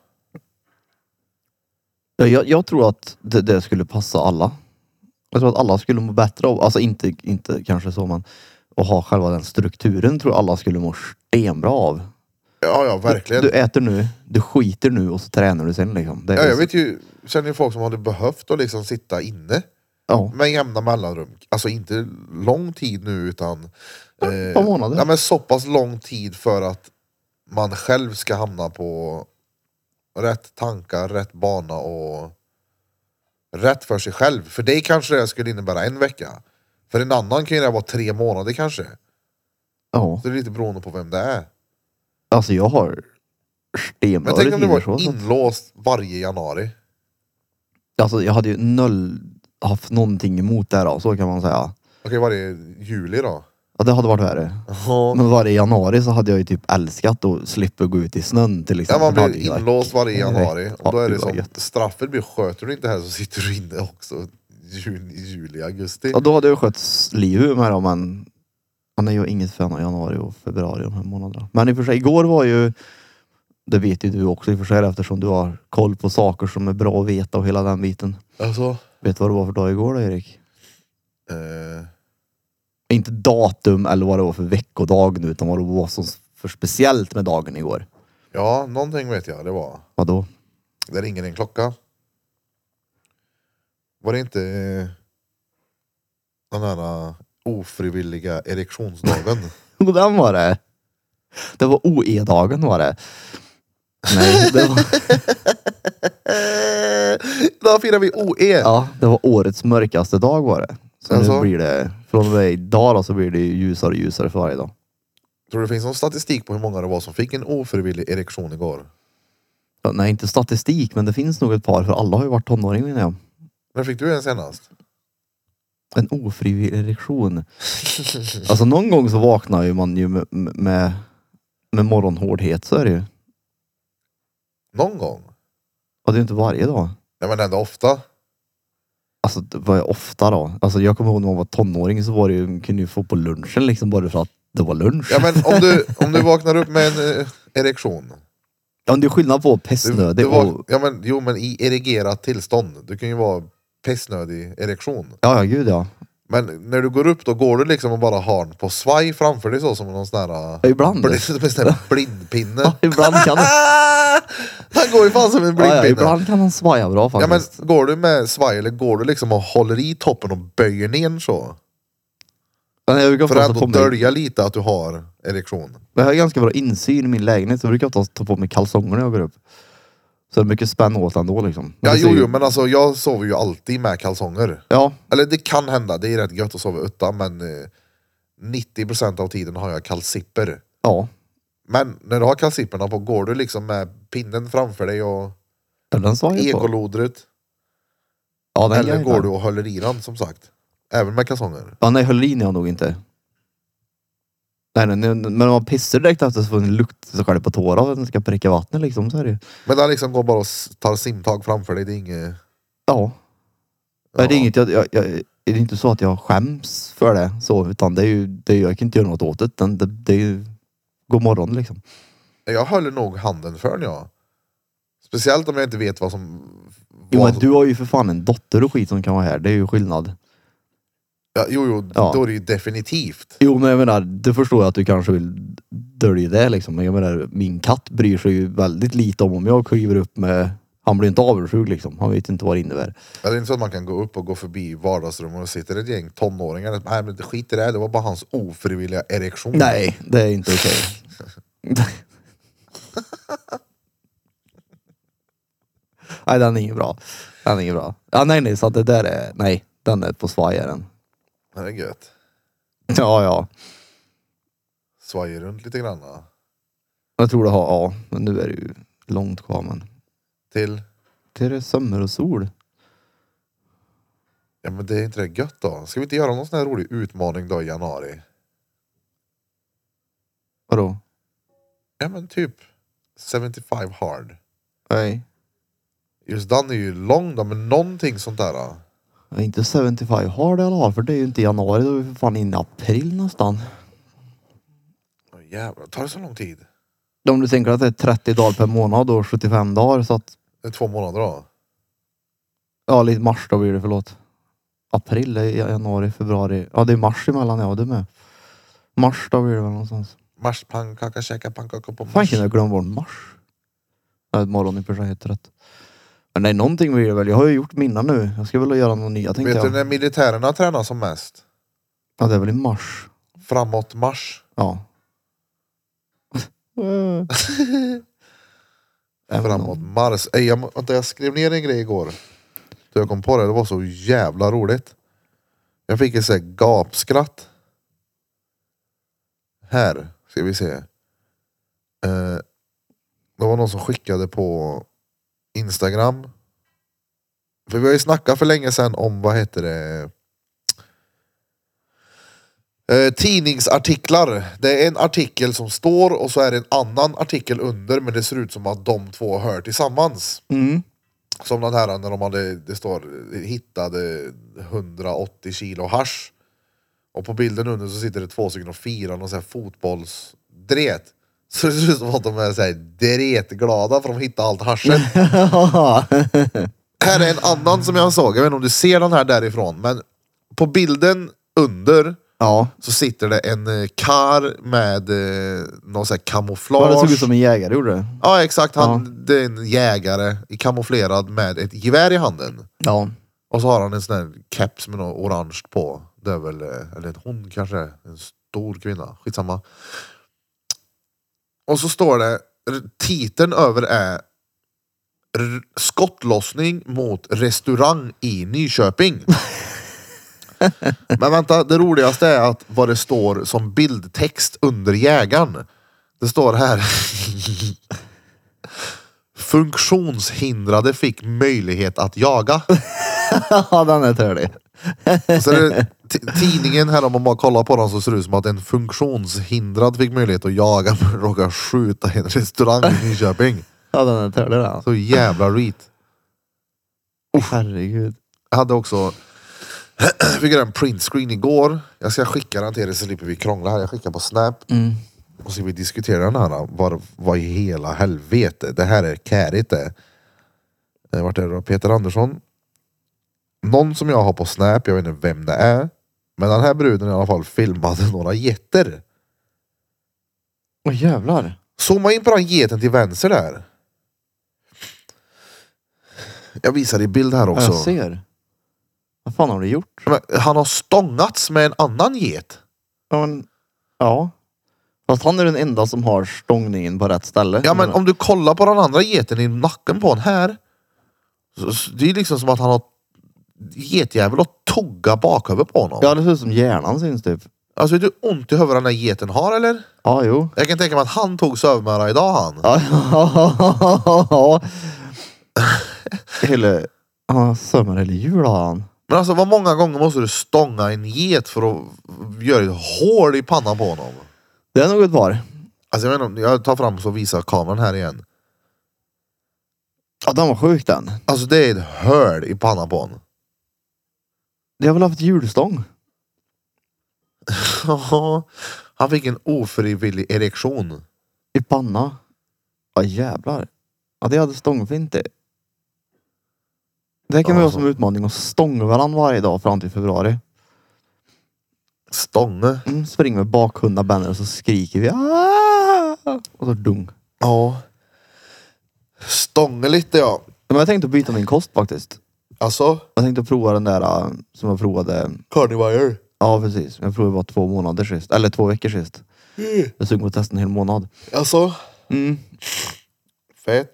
Ja, jag, jag tror att det, det skulle passa alla. Jag tror att alla skulle må bättre av, alltså inte, inte kanske så men att ha själva den strukturen tror jag alla skulle må stenbra av. Ja, ja, verkligen. Du äter nu, du skiter nu och så tränar du sen liksom. Det är Ja, jag så- vet ju, känner ju folk som hade behövt att liksom sitta inne Ja, med jämna mellanrum. Alltså inte lång tid nu utan eh, ett par månader. ja, men så pass lång tid för att man själv ska hamna på rätt tankar, rätt bana och rätt för sig själv. För det kanske det skulle innebära en vecka. För en annan kan ju det vara tre månader kanske. Ja, Så det är lite beroende på vem det är. alltså jag har stenbra Men tänk om du rutiner var så. inlåst varje januari. Alltså jag hade ju noll haft någonting emot det här då, så kan man säga. Okej, varje juli då? Ja, det hade varit värre. Ja. Men varje januari så hade jag ju typ älskat att slippa gå ut i snön till Ja, exempel. man Det hade blir jag- inlåst varje januari. Ja, Och då är det det var som, gött. straffet blir sköter du inte här så sitter du inne också. Juni, juli, augusti. Ja, då hade jag skött livet med dem, men han är ju inget fan av januari och februari de här månaderna. Men i och för sig, igår var ju, det vet ju du också i och för sig eftersom du har koll på saker som är bra att veta och hela den biten. Alltså, Vet du vad det var för dag igår då, Erik? eh, Inte datum eller vad det var för veckodag nu, utan vad det var som för speciellt med dagen igår. ja, någonting vet jag det var. Vadå? Det ringer en klocka. Var det inte eh, den här eh, ofrivilliga erektionsdagen? Och den var det. Det var O E-dagen var det. Nej, det var, Då firar vi O E. ja, det var årets mörkaste dag var det. Så Alltså? nu blir det, från och med idag då, så blir det ju ljusare och ljusare för varje dag. Tror du det finns någon statistik på hur många det var som fick en ofrivillig erektion igår? Ja, nej, inte statistik, men det finns nog ett par, för alla har ju varit tonåring menar jag. När fick du en senast? En ofrivillig erektion. Alltså någon gång så vaknar ju man ju med, med, med morgonhårdhet, så är det ju. Någon gång? Och det är ju inte varje dag. Nej men ändå ofta. Alltså det var ju ofta då. Alltså jag kommer ihåg när man var tonåring så var det ju, kunde ju få på lunchen liksom bara för att det var lunch. Ja men om du, om du vaknar upp med en eh, erektion. Ja, det är skillnad på Du, pessnödig du vak- och... ja, men, jo men i erigerat tillstånd. Du kan ju vara pissnödig erektion. Ja, ja, gud ja. Men när du går upp då går du liksom och bara har den på svaj framför dig så som någon sån här... Ja, ibland. Blind, som en sån här blindpinne. Ja, ibland kan det... Han går ju fan som en Ja, blindpinne. ja, ibland kan han svaja bra Ja men faktiskt. går du med svaj eller går du liksom och håller i toppen och böjer ner så? Men jag brukar För att ofta ta ändå på mig... dölja lite att du har erektion. Jag har ganska bra insyn i min lägenhet så jag brukar ofta ta på mig kalsonger när jag går upp. Så det är mycket spänn åt ändå liksom. Men Ja det ser jo ju- jo men alltså jag sover ju alltid med kalsonger. Ja, Eller det kan hända, det är rätt gött att sova utan men eh, nittio procent av tiden har jag kalsipper. ja. Men när du har kalsipperna på, går du liksom med pinnen framför dig och Ja, den svajar på. ekolodret? Ja, den Eller jävlar. går du och håller i den som sagt? Även med kalsonger? Ja, nej, höll in jag nog inte. Nej, nej, nej, men om man pissar direkt efter så får en lukt så kan det på tårar och den ska pricka vattnet liksom, så är det ju. Men den liksom går bara och s- tar simtag framför dig. Det är inget... Ja. Ja. Det är inget, jag, jag, jag, det är inte så att jag skäms för det så, utan det är ju, det är, jag kan inte göra något åt det. Den, det, det är ju god morgon liksom. Jag håller nog handen för den, ja. Speciellt om jag inte vet vad som... Jo, vad men du har ju för fan en dotter och skit som kan vara här. Det är ju skillnad. Ja, jo, jo, Ja. då är det ju definitivt. Jo, men jag menar, det förstår jag att du kanske vill dölja det liksom. Men jag menar, min katt bryr sig ju väldigt lite om om jag kliver upp med... Han blir inte avundsjuk liksom. Han vet inte vad det innebär. Ja, det är inte så att man kan gå upp och gå förbi vardagsrummet och sitter ett gäng tonåringar. Nej, men skit i det här. Det var bara hans ofrivilliga erektion. Nej, det är inte okej. Nej, den är ingen bra. Den är ingen bra. Ja, nej, nej, så att det där är... Nej, den är på svajaren. Det är gött. Ja, ja. Svajar runt lite grann. Ja. Jag tror det har... Ja, men nu är det ju långt kvar, men... Till... Till det är sommar och sol. Ja, men det är inte det gött då? Ska vi inte göra någon sån här rolig utmaning då i januari? Vadå? Ja, men typ femtiofem hard. Nej. Just den är ju lång då, men någonting sånt där. Då. Ja, inte femtiofem har det i alla fall, för det är ju inte januari. Då är vi för fan inne i april nästan. Åh, jävlar, tar det så lång tid? Om du tänker att det är trettio dagar per månad och sjuttiofem dagar, så att... Det är två månader då. Ja, lite mars då blir det, förlåt. April, är januari, februari. Ja, det är mars emellan, ja, det är med. Mars då blir det väl någonstans. Mars, pannkaka, käka pannkaka på Fan, mars. kan jag glömma bort mars? Ja, morgon i och för sig helt rätt. Men nej, någonting blir det väl. Jag har ju gjort mina nu. Jag ska väl göra några nya, tänkte Vet du jag. när militärerna tränar som mest? Ja, det är väl i mars. Framåt mars. Ja. Framåt mars. Ej, jag, vänta, jag skrev ner en grej igår. Så jag kom på det. Det var så jävla roligt. Jag fick ett så här gapskratt. Här ska vi se. Eh, det var någon som skickade på Instagram. För vi har ju snackat för länge sedan om, vad heter det? Eh, tidningsartiklar. Det är en artikel som står och så är det en annan artikel under, men det ser ut som att de två hör tillsammans. Mm. Som den här när de hade, det står hittade hundraåttio kilo hasch. Och på bilden under så sitter det två stycken och firar någon sån här fotbollsdret. Så det ser ut som att de är så här dretglada för att de hittar allt haschet. Här är en annan som jag såg, jag vet inte om du ser den här därifrån, men på bilden under Ja. så sitter det en eh, kar med eh, någon sån här kamouflage. Ja, det såg ut som en jägare gjorde det. Ja, exakt. Han, det är en jägare i kamouflerad med ett gevär i handen. Ja. Och så har han en sån här keps med något orange på. Det är väl, eh, eller en hon kanske, en stor kvinna. Skitsamma. Och så står det, titeln över är R- skottlossning mot restaurang i Nyköping. Men vänta, det roligaste är att vad det står som bildtext under jägaren. Det står här. Funktionshindrade fick möjlighet att jaga. Ja, den är törlig. Så det, t- tidningen här, om man bara kollar på den så ser det ut som att en funktionshindrad fick möjlighet att jaga för att råka skjuta i en restaurang i Nyköping. Ja, den är törlig den. Så jävla reet. Herregud. Jag hade också jag fick en printscreen igår. Jag ska skicka den till er så slipper vi krångla här. Jag skickar på Snap. Mm. Och så vi diskuterar den här. Vad, vad i hela helvete. Det här är kärigt det. Eh, Vart är det då? Peter Andersson. Någon som jag har på Snap. Jag vet inte vem det är. Men den här bruden i alla fall filmade några getter. Åh jävlar. Zooma in på den geten till vänster där. Jag visar i bild här Ja, också. jag ser. Vad fan har du gjort? Men han har stångats med en annan get. Ja, men, ja. Fast han är den enda som har stångningen på rätt ställe. Ja, men om du kollar på den andra geten i nacken på den här. Så, så, det är liksom som att han har getjävel och tugga bakhuvudet på honom. Ja, det ser ut som hjärnan syns typ. Alltså, är det ont i huvudet den där geten har eller? Ja, jo. Jag kan tänka mig att han tog sövmöra idag han. Ja, ja. Hela... Ja, sömmar eller jul har han. Men alltså, vad många gånger måste du stånga en get för att göra ett hål i pannan på honom? Det är nog ett par. Alltså jag vet inte, jag tar fram så visar kameran här igen. Ja, den var sjuk den. Alltså det är ett hörd i pannan på honom. Det har väl haft hjulstång? Han fick en ofrivillig erektion. I panna? Ja jävlar. Ja det hade stångfint det. Det kan vi ha som utmaning att stånga varandra varje dag fram till februari. Stånge? Mm, spring med bakhundar bänder och så skriker vi. Aah! Och så dung. Ja. Stånge lite ja. Men jag tänkte byta min kost faktiskt. Alltså? Jag tänkte prova den där uh, som jag provade. Carnivire? Ja precis. Jag provade bara två månader sist. Eller två veckor sist. Mm. Jag såg på att testa en hel månad. Alltså? Mm. Fett.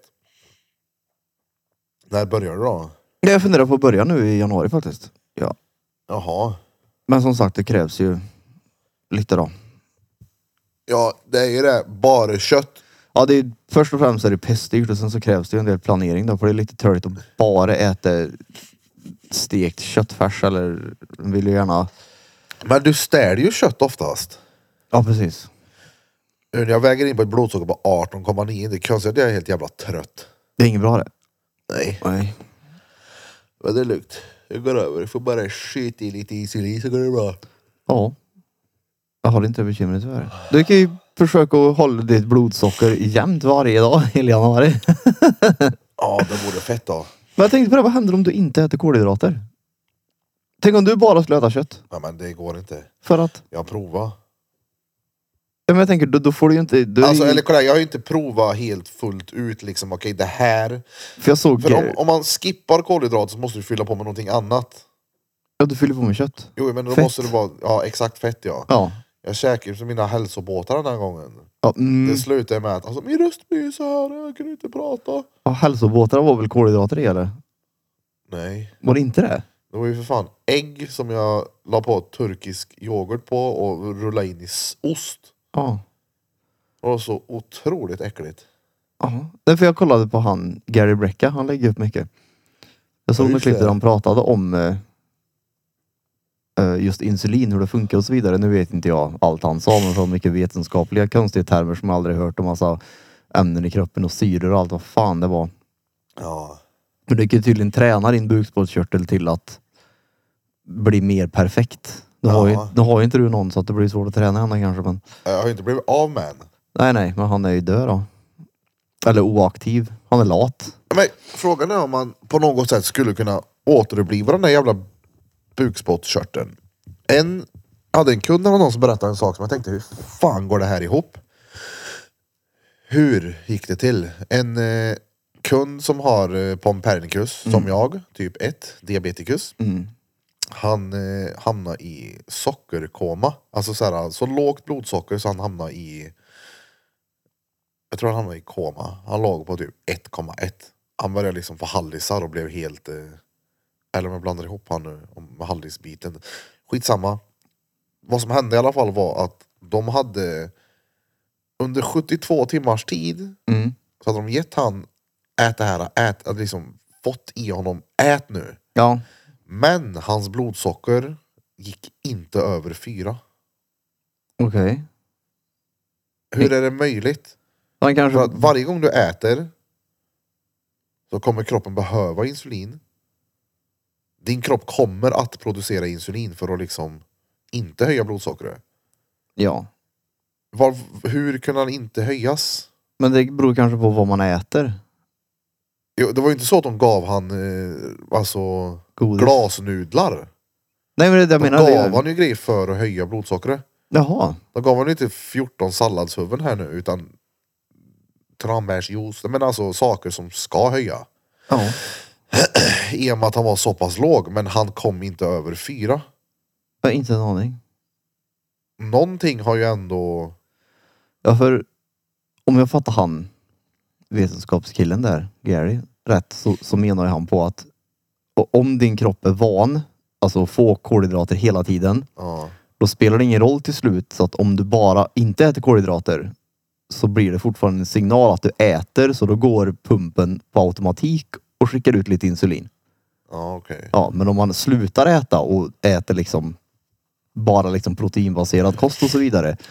När börjar du då? Jag funderar på att börja nu i januari faktiskt. Ja. Jaha. Men som sagt det krävs ju lite då. Ja det är ju det. Bara kött. Ja det är, först och främst är det pestdyrt och sen så krävs det ju en del planering då. För det är lite törligt att bara äta stekt köttfärs eller vill ju gärna. Men du ställer ju kött oftast. Ja precis. Jag väger in på ett blodsocker på arton komma nio. Det är konstigt att jag är helt jävla trött. Det är inget bra det. Nej. Nej. Men det är lugnt. Jag går över. Jag får bara skit i lite insulin så går det bra. Ja. Jag har inte bekymret tyvärr. Du kan ju försöka att hålla ditt blodsocker jämnt varje dag hela januari. Ja, det vore fett då. Men jag tänkte på det, vad händer om du inte äter kolhydrater? Tänk om du bara skulle äta kött. Ja, men det går inte. För att? Jag provar. Ja, men jag tänker, då, då får du ju inte... Då Alltså, ju... eller kolla, jag har ju inte provat helt fullt ut liksom, okej, det här. För jag såg... För om, om man skippar kolhydrater så måste du fylla på med någonting annat. Ja, du fyller på med kött. Jo, men då Fett. måste det vara, ja exakt fett ja. Ja. Jag käkade ju mina hälsobåtar den här gången. Ja, mm. Det slutade med att, alltså min röst blir så här, jag kan inte prata. Ja, hälsobåtar var väl kolhydrater i eller? Nej. Var det inte det? Det var ju för fan ägg som jag la på turkisk yoghurt på och rullade in i s- ost. Ja. Det var så otroligt äckligt. Ja. Därför jag kollade på han, Gary Brecka, han lägger upp mycket. Jag såg Ja, något just klipp det. där han pratade om eh, eh, just insulin, hur det funkar och så vidare. Nu vet inte jag allt han sa, men så mycket vetenskapliga konstiga termer som jag aldrig hört om massa ämnen i kroppen och syror och allt vad fan det var. Ja. Men det kan ju tydligen träna din bukspottkörtel till att bli mer perfekt. Nu har, ju, Ja. nu har ju inte du någon så att det blir svårt att träna henne kanske. Men... Jag har ju inte blivit av med än. Nej, nej, men han är ju död då. Eller oaktiv. Han är lat. Men frågan är om man på något sätt skulle kunna återuppliva den där jävla bukspottkörteln. En hade en kund eller någon som berättade en sak som jag tänkte, hur fan går det här ihop? Hur gick det till? En eh, kund som har eh, Pompernicus, som jag, typ ett, diabetikus. Mm. Han eh, hamnar i sockerkoma. Alltså så, här, så lågt blodsocker så han hamnar i, jag tror han hamnade i koma. Han låg på typ ett komma ett. Han började liksom få hallisar och blev helt, eh, eller om jag blandar ihop han nu med hallisbiten. Skitsamma. Vad som hände i alla fall var att de hade under sjuttiotvå timmars tid Mm. så hade de gett han ät det här, ät, hade liksom fått i honom, ät nu. Ja. Men hans blodsocker gick inte över fyra. Okej. Hur är det möjligt? Han kanske... För att varje gång du äter så kommer kroppen behöva insulin. Din kropp kommer att producera insulin för att liksom inte höja blodsockret. Ja. Var, hur kunde han inte höjas? Men det beror kanske på vad man äter. Jo, det var ju inte så att de gav han eh, alltså Godis. glasnudlar. Nej men det jag De menar gav det. han ju grejer för att höja blodsockret. Jaha. De gav han ju inte fjorton salladshuvuden här nu utan tranbärsjuice. Men alltså saker som ska höja. Ja. I och med att han var så pass låg, men han kom inte över fyra. Jag har inte en aning. Någonting har ju ändå... Ja för om jag fattar han vetenskapskillen där, Gary, rätt så, så menar han på att om din kropp är van alltså få kolhydrater hela tiden, Ja. då spelar det ingen roll till slut. Så att om du bara inte äter kolhydrater så blir det fortfarande en signal att du äter, så då går pumpen på automatik och skickar ut lite insulin. Ja, okej. Okay. Ja, men om man slutar äta och äter liksom bara liksom proteinbaserad kost och så vidare,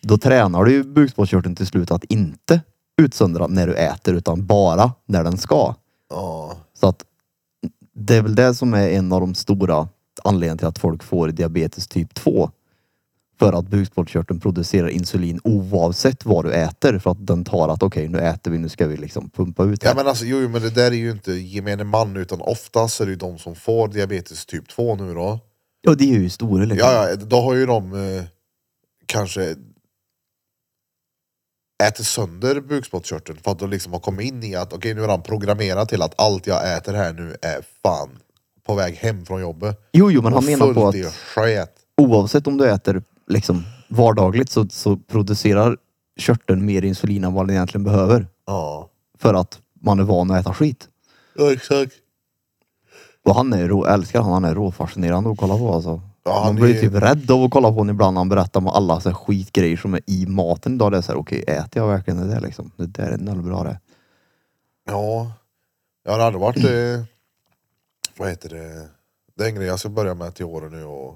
då tränar du ju bukspottkörteln till slut att inte utsöndra när du äter utan bara när den ska. Ja. Så att det är väl det som är en av de stora anledningarna till att folk får diabetes typ två. För att bukspottkörteln producerar insulin oavsett vad du äter. För att den tar att okej, okay, nu äter vi, nu ska vi liksom pumpa ut här. Ja men alltså, jo men det där är ju inte gemene man, utan oftast är det ju de som får diabetes typ två nu då. Ja, det är ju stora liksom. Ja, ja, då har ju de eh, kanske äter sönder bukspottkörteln för att de liksom har kommit in i att okej, okay, nu är han programmerad till att allt jag äter här nu är fan på väg hem från jobbet. Jo, jo, men han menar på att skit. Oavsett om du äter liksom vardagligt så, så producerar körteln mer insulin än vad den egentligen behöver. Ja. För att man är van att äta skit. Ja, exakt. Och han är rå, älskar han, han är råfascinerande att kolla på alltså. Ja, man han blir är... typ rädd av att kolla på honom ibland när han berättar om alla så här skitgrejer som är i maten idag. Det är såhär, okej, okay, äter jag verkligen det där liksom? Det där är noll bra det. Ja. Jag har aldrig varit eh, vad heter det? Det är en grej jag ska börja med till åren nu och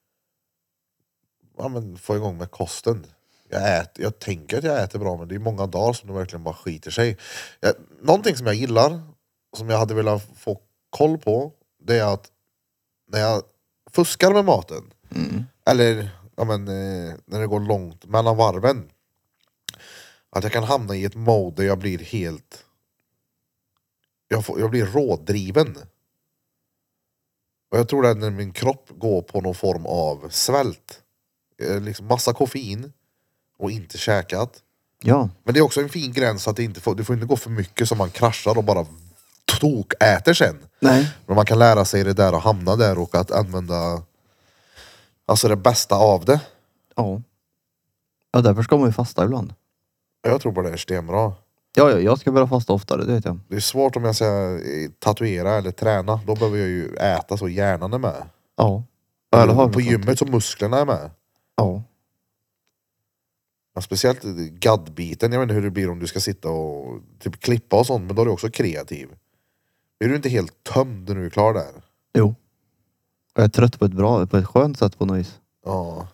ja, men få igång med kosten. Jag, äter, jag tänker att jag äter bra, men det är många dagar som det verkligen bara skiter sig. Jag, någonting som jag gillar, som jag hade velat få koll på, det är att när jag fuskar med maten, Mm. eller ja, men, eh, när det går långt mellan varven, att jag kan hamna i ett mode där jag blir helt jag, får, jag blir rådriven. Och jag tror att när min kropp går på någon form av svält, liksom massa koffein och inte käkat. Ja. Men det är också en fin gräns att det inte får, det får inte gå för mycket som man kraschar och bara tok äter sen. Nej. Men man kan lära sig det där och hamna där och att använda alltså det bästa av det. Ja. Ja, därför ska man ju fasta ibland. Jag tror på det är stenbra. Ja, ja, jag ska börja fasta oftare, det vet jag. Det är svårt om jag ska tatuera eller träna. Då behöver jag ju äta så hjärnan är med. Ja. Eller har på gymmet så musklerna är med. Ja. Ja, speciellt gaddbiten. Jag vet inte hur det blir om du ska sitta och typ klippa och sånt. Men då är du också kreativ. Är du inte helt tömd när du är klar där? Jo. Jag är trött på ett bra, på ett skönt sätt på något vis. Ja.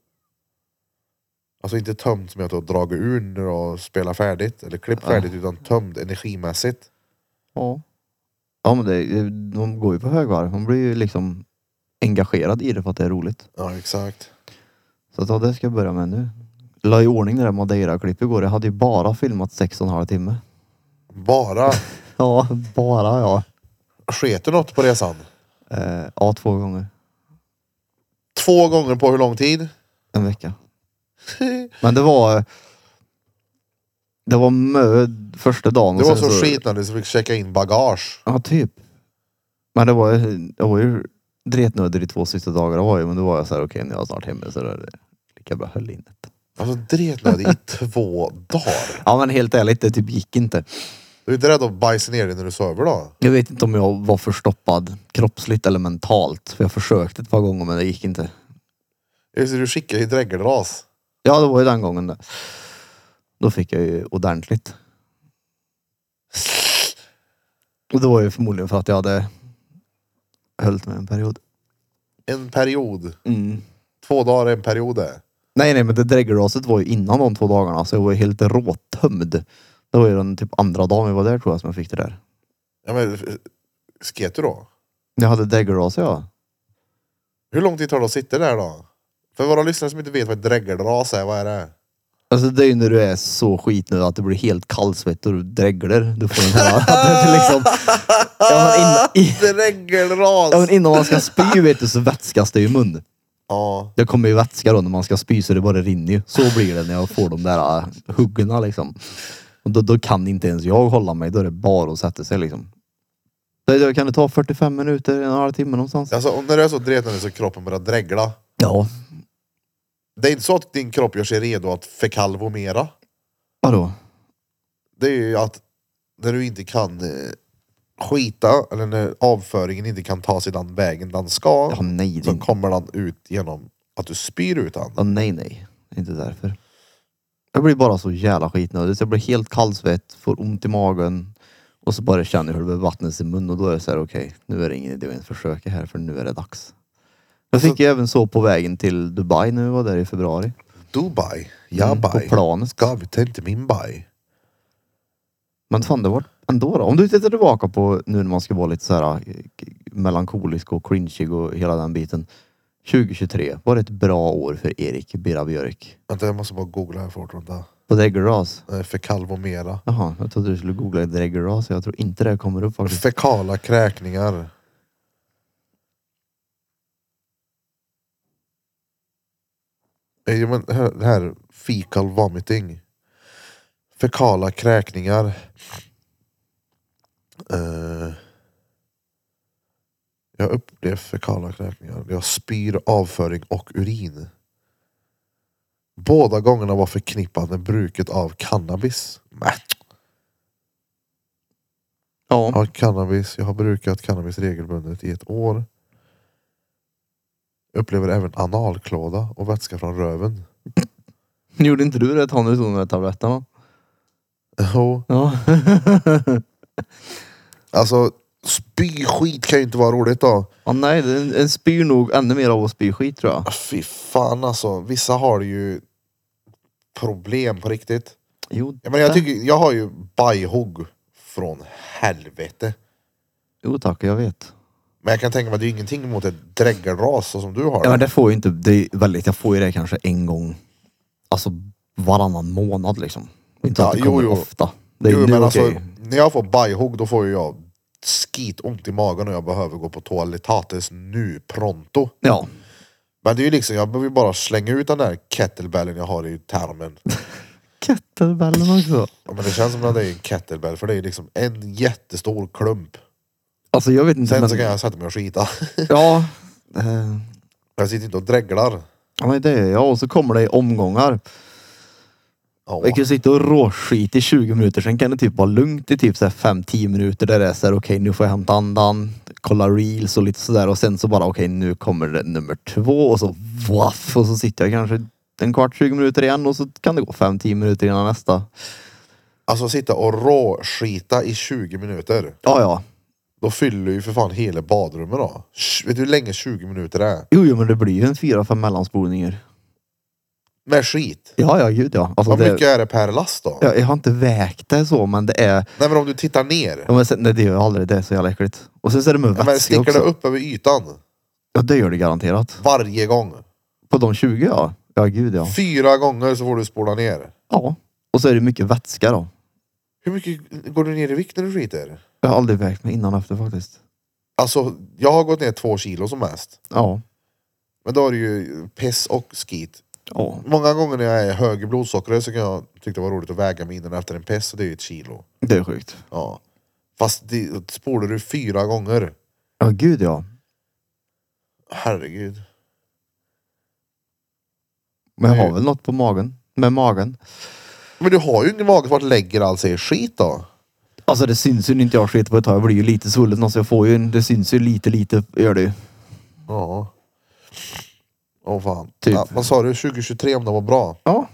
Alltså inte tömd som jag har dragit ur när och spelar färdigt. Eller klippt Ja. färdigt, utan tömd energimässigt. Ja. Ja, men det, de går ju på högvarv. Man blir ju liksom engagerad i det för att det är roligt. Ja, exakt. Så att, ja, det ska jag börja med nu. La i ordning det där Madeira-klipp igår. Jag hade ju bara filmat sex och en halv timme. Bara. Ja, bara ja. Sket du något på resan? Eh, ja, två gånger. Två gånger på hur lång tid? En vecka. Men det var... Det var mö första dagen. Det och var sen så skitnande så vi fick checka in bagage. Ja, typ. Men det var ju... Jag var ju dretnödig i två sista dagar. Var ju, men då var jag så här, okej, okay, nu är jag snart hemma så då är det lika bra höll in det. Alltså dretnödig i två dagar. Ja, men helt ärligt, det typ gick inte. Du är inte rädd att bajsa ner dig när du sover då? Jag vet inte om jag var förstoppad kroppsligt eller mentalt. För jag försökte ett par gånger men det gick inte. Just det, du skickade i dräggelras. Ja, det var ju den gången det. Då fick jag ju ordentligt. Och det var ju förmodligen för att jag hade höllt med en period. En period. Mm. Två dagar är en period det. Nej, nej, men det dräggelraset var ju innan de två dagarna. Så jag var ju helt råtömd. Det var ju den typ andra dagen vi var där tror jag som jag fick det där. Ja men, sket du då? Jag hade dräggelras, ja. Hur lång tid tar det att sitta där då? För våra lyssnare som inte vet vad ett dräggelras är, vad är det? Alltså det är ju när du är så skitnödig att det blir helt kallsvett och du drägglar. Du får den här... att det liksom, ja, men in, i, Dräggelras! ja, men innan man ska spy vet du så vätskas det i mun. Ja. Det kommer ju vätska då när man ska spy så det bara rinner ju. Så blir det när jag får de där uh, huggarna liksom. Och då, då kan inte ens jag hålla mig. Då är det bara att sätta sig liksom. Det kan det ta fyrtiofem minuter, en halv timme någonstans. Alltså om när du är så dretande så kroppen börjar drägla. Ja. Det är inte så att din kropp gör sig redo att fekalvomera. Vadå? Det är ju att när du inte kan eh, skita, eller när avföringen inte kan ta sig den vägen den ska, Ja, nej. så Det... kommer den ut genom att du spyr ut den. Ja, nej, nej. Inte därför. Jag blir bara så jävla skitnödig. Jag blir helt kallsvett, får ont i magen. Och så bara känner jag hur det vattnas i mun. Och då är det så här, okej, okay, nu är det ingen idé att försöka här för nu är det dags. Jag fick alltså, ju även så på vägen till Dubai när vi var där i februari. Dubai. Ja, Mm, på baj. planet. Ska vi ta inte min baj? Men fan det var ändå då. Om du tittar tillbaka på nu när man ska vara lite så här eh, melankolisk och cringeig och hela den biten. tjugohundratjugotre var det ett bra år för Erik Birra Björk. Vänta, jag måste bara googla här fort. Vänta. På Dreggeras. Eh, Fekalvomera. Jaha, jag trodde du skulle googla Dreggeras. Jag tror inte det kommer upp faktiskt. Fekala kräkningar. Eh, men här, det här fecal vomiting. Fekala kräkningar. Eh, jag har upplevt fekala kräkningar. Jag spyr, avföring och urin. Båda gångerna var förknippat med bruket av cannabis. Mäh. Ja. Jag har cannabis. Jag har brukat cannabis regelbundet i ett år. Upplever även analklåda och vätska från röven. Gjorde inte du det ett tag när du tog de där tabletterna? Jo. Ja. Alltså, spy skit kan ju inte vara roligt då. Ja, nej, en, en spyr nog ännu mer av att spy skit tror jag. Ah, fy fan alltså. Vissa har ju problem på riktigt. Jo, Jag, menar, jag, tycker, jag har ju bajhugg från helvete. jo tack, jag vet. Men jag kan tänka mig att det är ingenting mot ett dräggelras så som du har. Ja, men det får ju inte, det är väldigt, jag får ju det kanske en gång, alltså varannan månad liksom. Inte Ja, att det jo, kommer jo. ofta. Det är Jo, nu men okej. alltså, när jag får bajhugg då får ju jag skit ont i magen och jag behöver gå på toaletates nu, pronto. Ja. Men det är ju liksom, jag behöver ju bara slänga ut den där kettlebellen jag har i tarmen. Kettlebellen också. Ja, men det känns som att det är en kettlebell för det är liksom en jättestor klump. Alltså jag vet inte. Sen Men, så kan jag sätta mig och skita. ja. Eh, Jag sitter inte och drägglar. ja men det är jag. Och så kommer det i omgångar. Ja. Jag kan sitta och råskit i tjugo minuter. Sen kan det typ vara lugnt i typ så här fem till tio minuter. Där det är så här, okej okay, nu får jag hämta andan. Kolla reels och lite sådär. Och sen så bara okej okay, nu kommer det nummer två. Och så vaff. Och så sitter jag kanske en kvart, tjugo minuter igen. Och så kan det gå fem till tio minuter innan nästa. Alltså sitta och råskita i tjugo minuter. Ja ja. Då fyller ju för fan hela badrummet då. Sh- vet du hur länge tjugo minuter är? Jo, jo men det blir ju en fyra, fem mellanspolningar. Med skit. Ja ja gud ja. Alltså, Vad det, mycket är det per last då? jag, jag har inte vägt det så men det är. Nej men om du tittar ner. Ja, men sen, nej, det gör jag aldrig. Det är så jävla äckligt. Och sen så är det med Ja, men vätska sticker också. det upp över ytan? Ja det gör det garanterat. Varje gång. På de tjugo ja. Ja gud ja. Fyra gånger så får du spola ner. Ja. Och så är det mycket vätska då. Hur mycket går du ner i vikt när du skiter? Jag har aldrig vägt mig innan och efter faktiskt. Alltså jag har gått ner två kilo som mest. Ja. Men då är det ju piss och skit. Ja. Många gånger när jag är hög i blodsockret så kan jag tycka det var roligt att väga mig innan efter en piss. Och det är ju ett kilo. Det är sjukt. Ja. Fast det spolar du fyra gånger. Ja gud ja. Herregud. Men jag Nej. har väl något på magen. Med magen. Men du har ju inte magen vart lägger all sig skit då. Alltså det syns ju när inte jag skiter på ett tag. Jag blir ju lite svullen. Alltså jag får ju en, det syns ju lite lite. Gör det ju. Ja. Åh fan. Typ. Ja, vad sa du? tjugohundratjugotre om det var bra? Ja.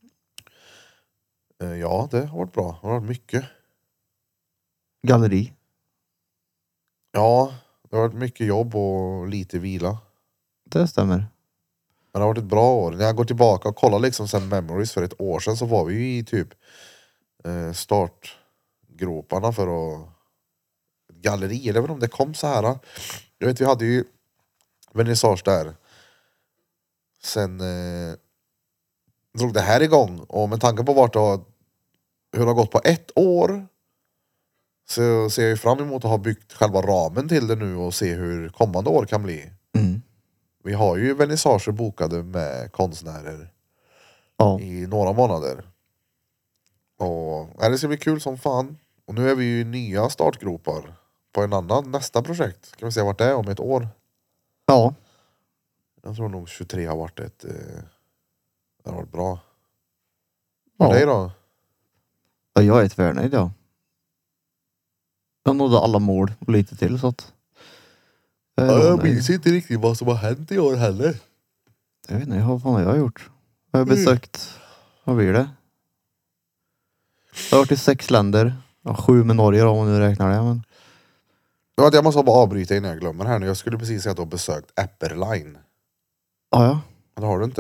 Eh, Ja, det har varit bra. Det har varit mycket. Galleri. Ja, det har varit mycket jobb och lite vila. Det stämmer. Men det har varit ett bra år. När jag går tillbaka och kollar liksom sen memories för ett år sedan så var vi ju i typ eh, startgroparna för att galleri, eller vet om det kom så här. Jag vet vi hade ju vernissage där. Sen eh, drog det här igång och med tanke på vart det har, hur det har gått på ett år så ser jag ju fram emot att ha byggt själva ramen till det nu och se hur kommande år kan bli. Mm. Vi har ju vernissager bokade med konstnärer Ja. i några månader. Och ja, det ska bli kul som fan. Och nu är vi ju i nya startgropar på en annan, nästa projekt. Kan vi se vart det är om ett år? Ja. Jag tror nog tjugotre har varit ett eh, det har varit bra. Ja. För dig då? Ja, jag är tvärnöjd ja. Jag nådde alla mål och lite till så att. Jag, är Ja, jag nöjd. minns inte riktigt vad som har hänt i år heller. Jag vet inte, vad fan har jag gjort? Jag har besökt, vad blir det? Jag har varit i sex länder. Ja, sju med Norge då, om man nu räknar det. Men. Ja, jag måste bara avbryta innan jag glömmer här nu. Jag skulle precis säga att du har besökt Apperline. Ja, ja. Men det har du inte.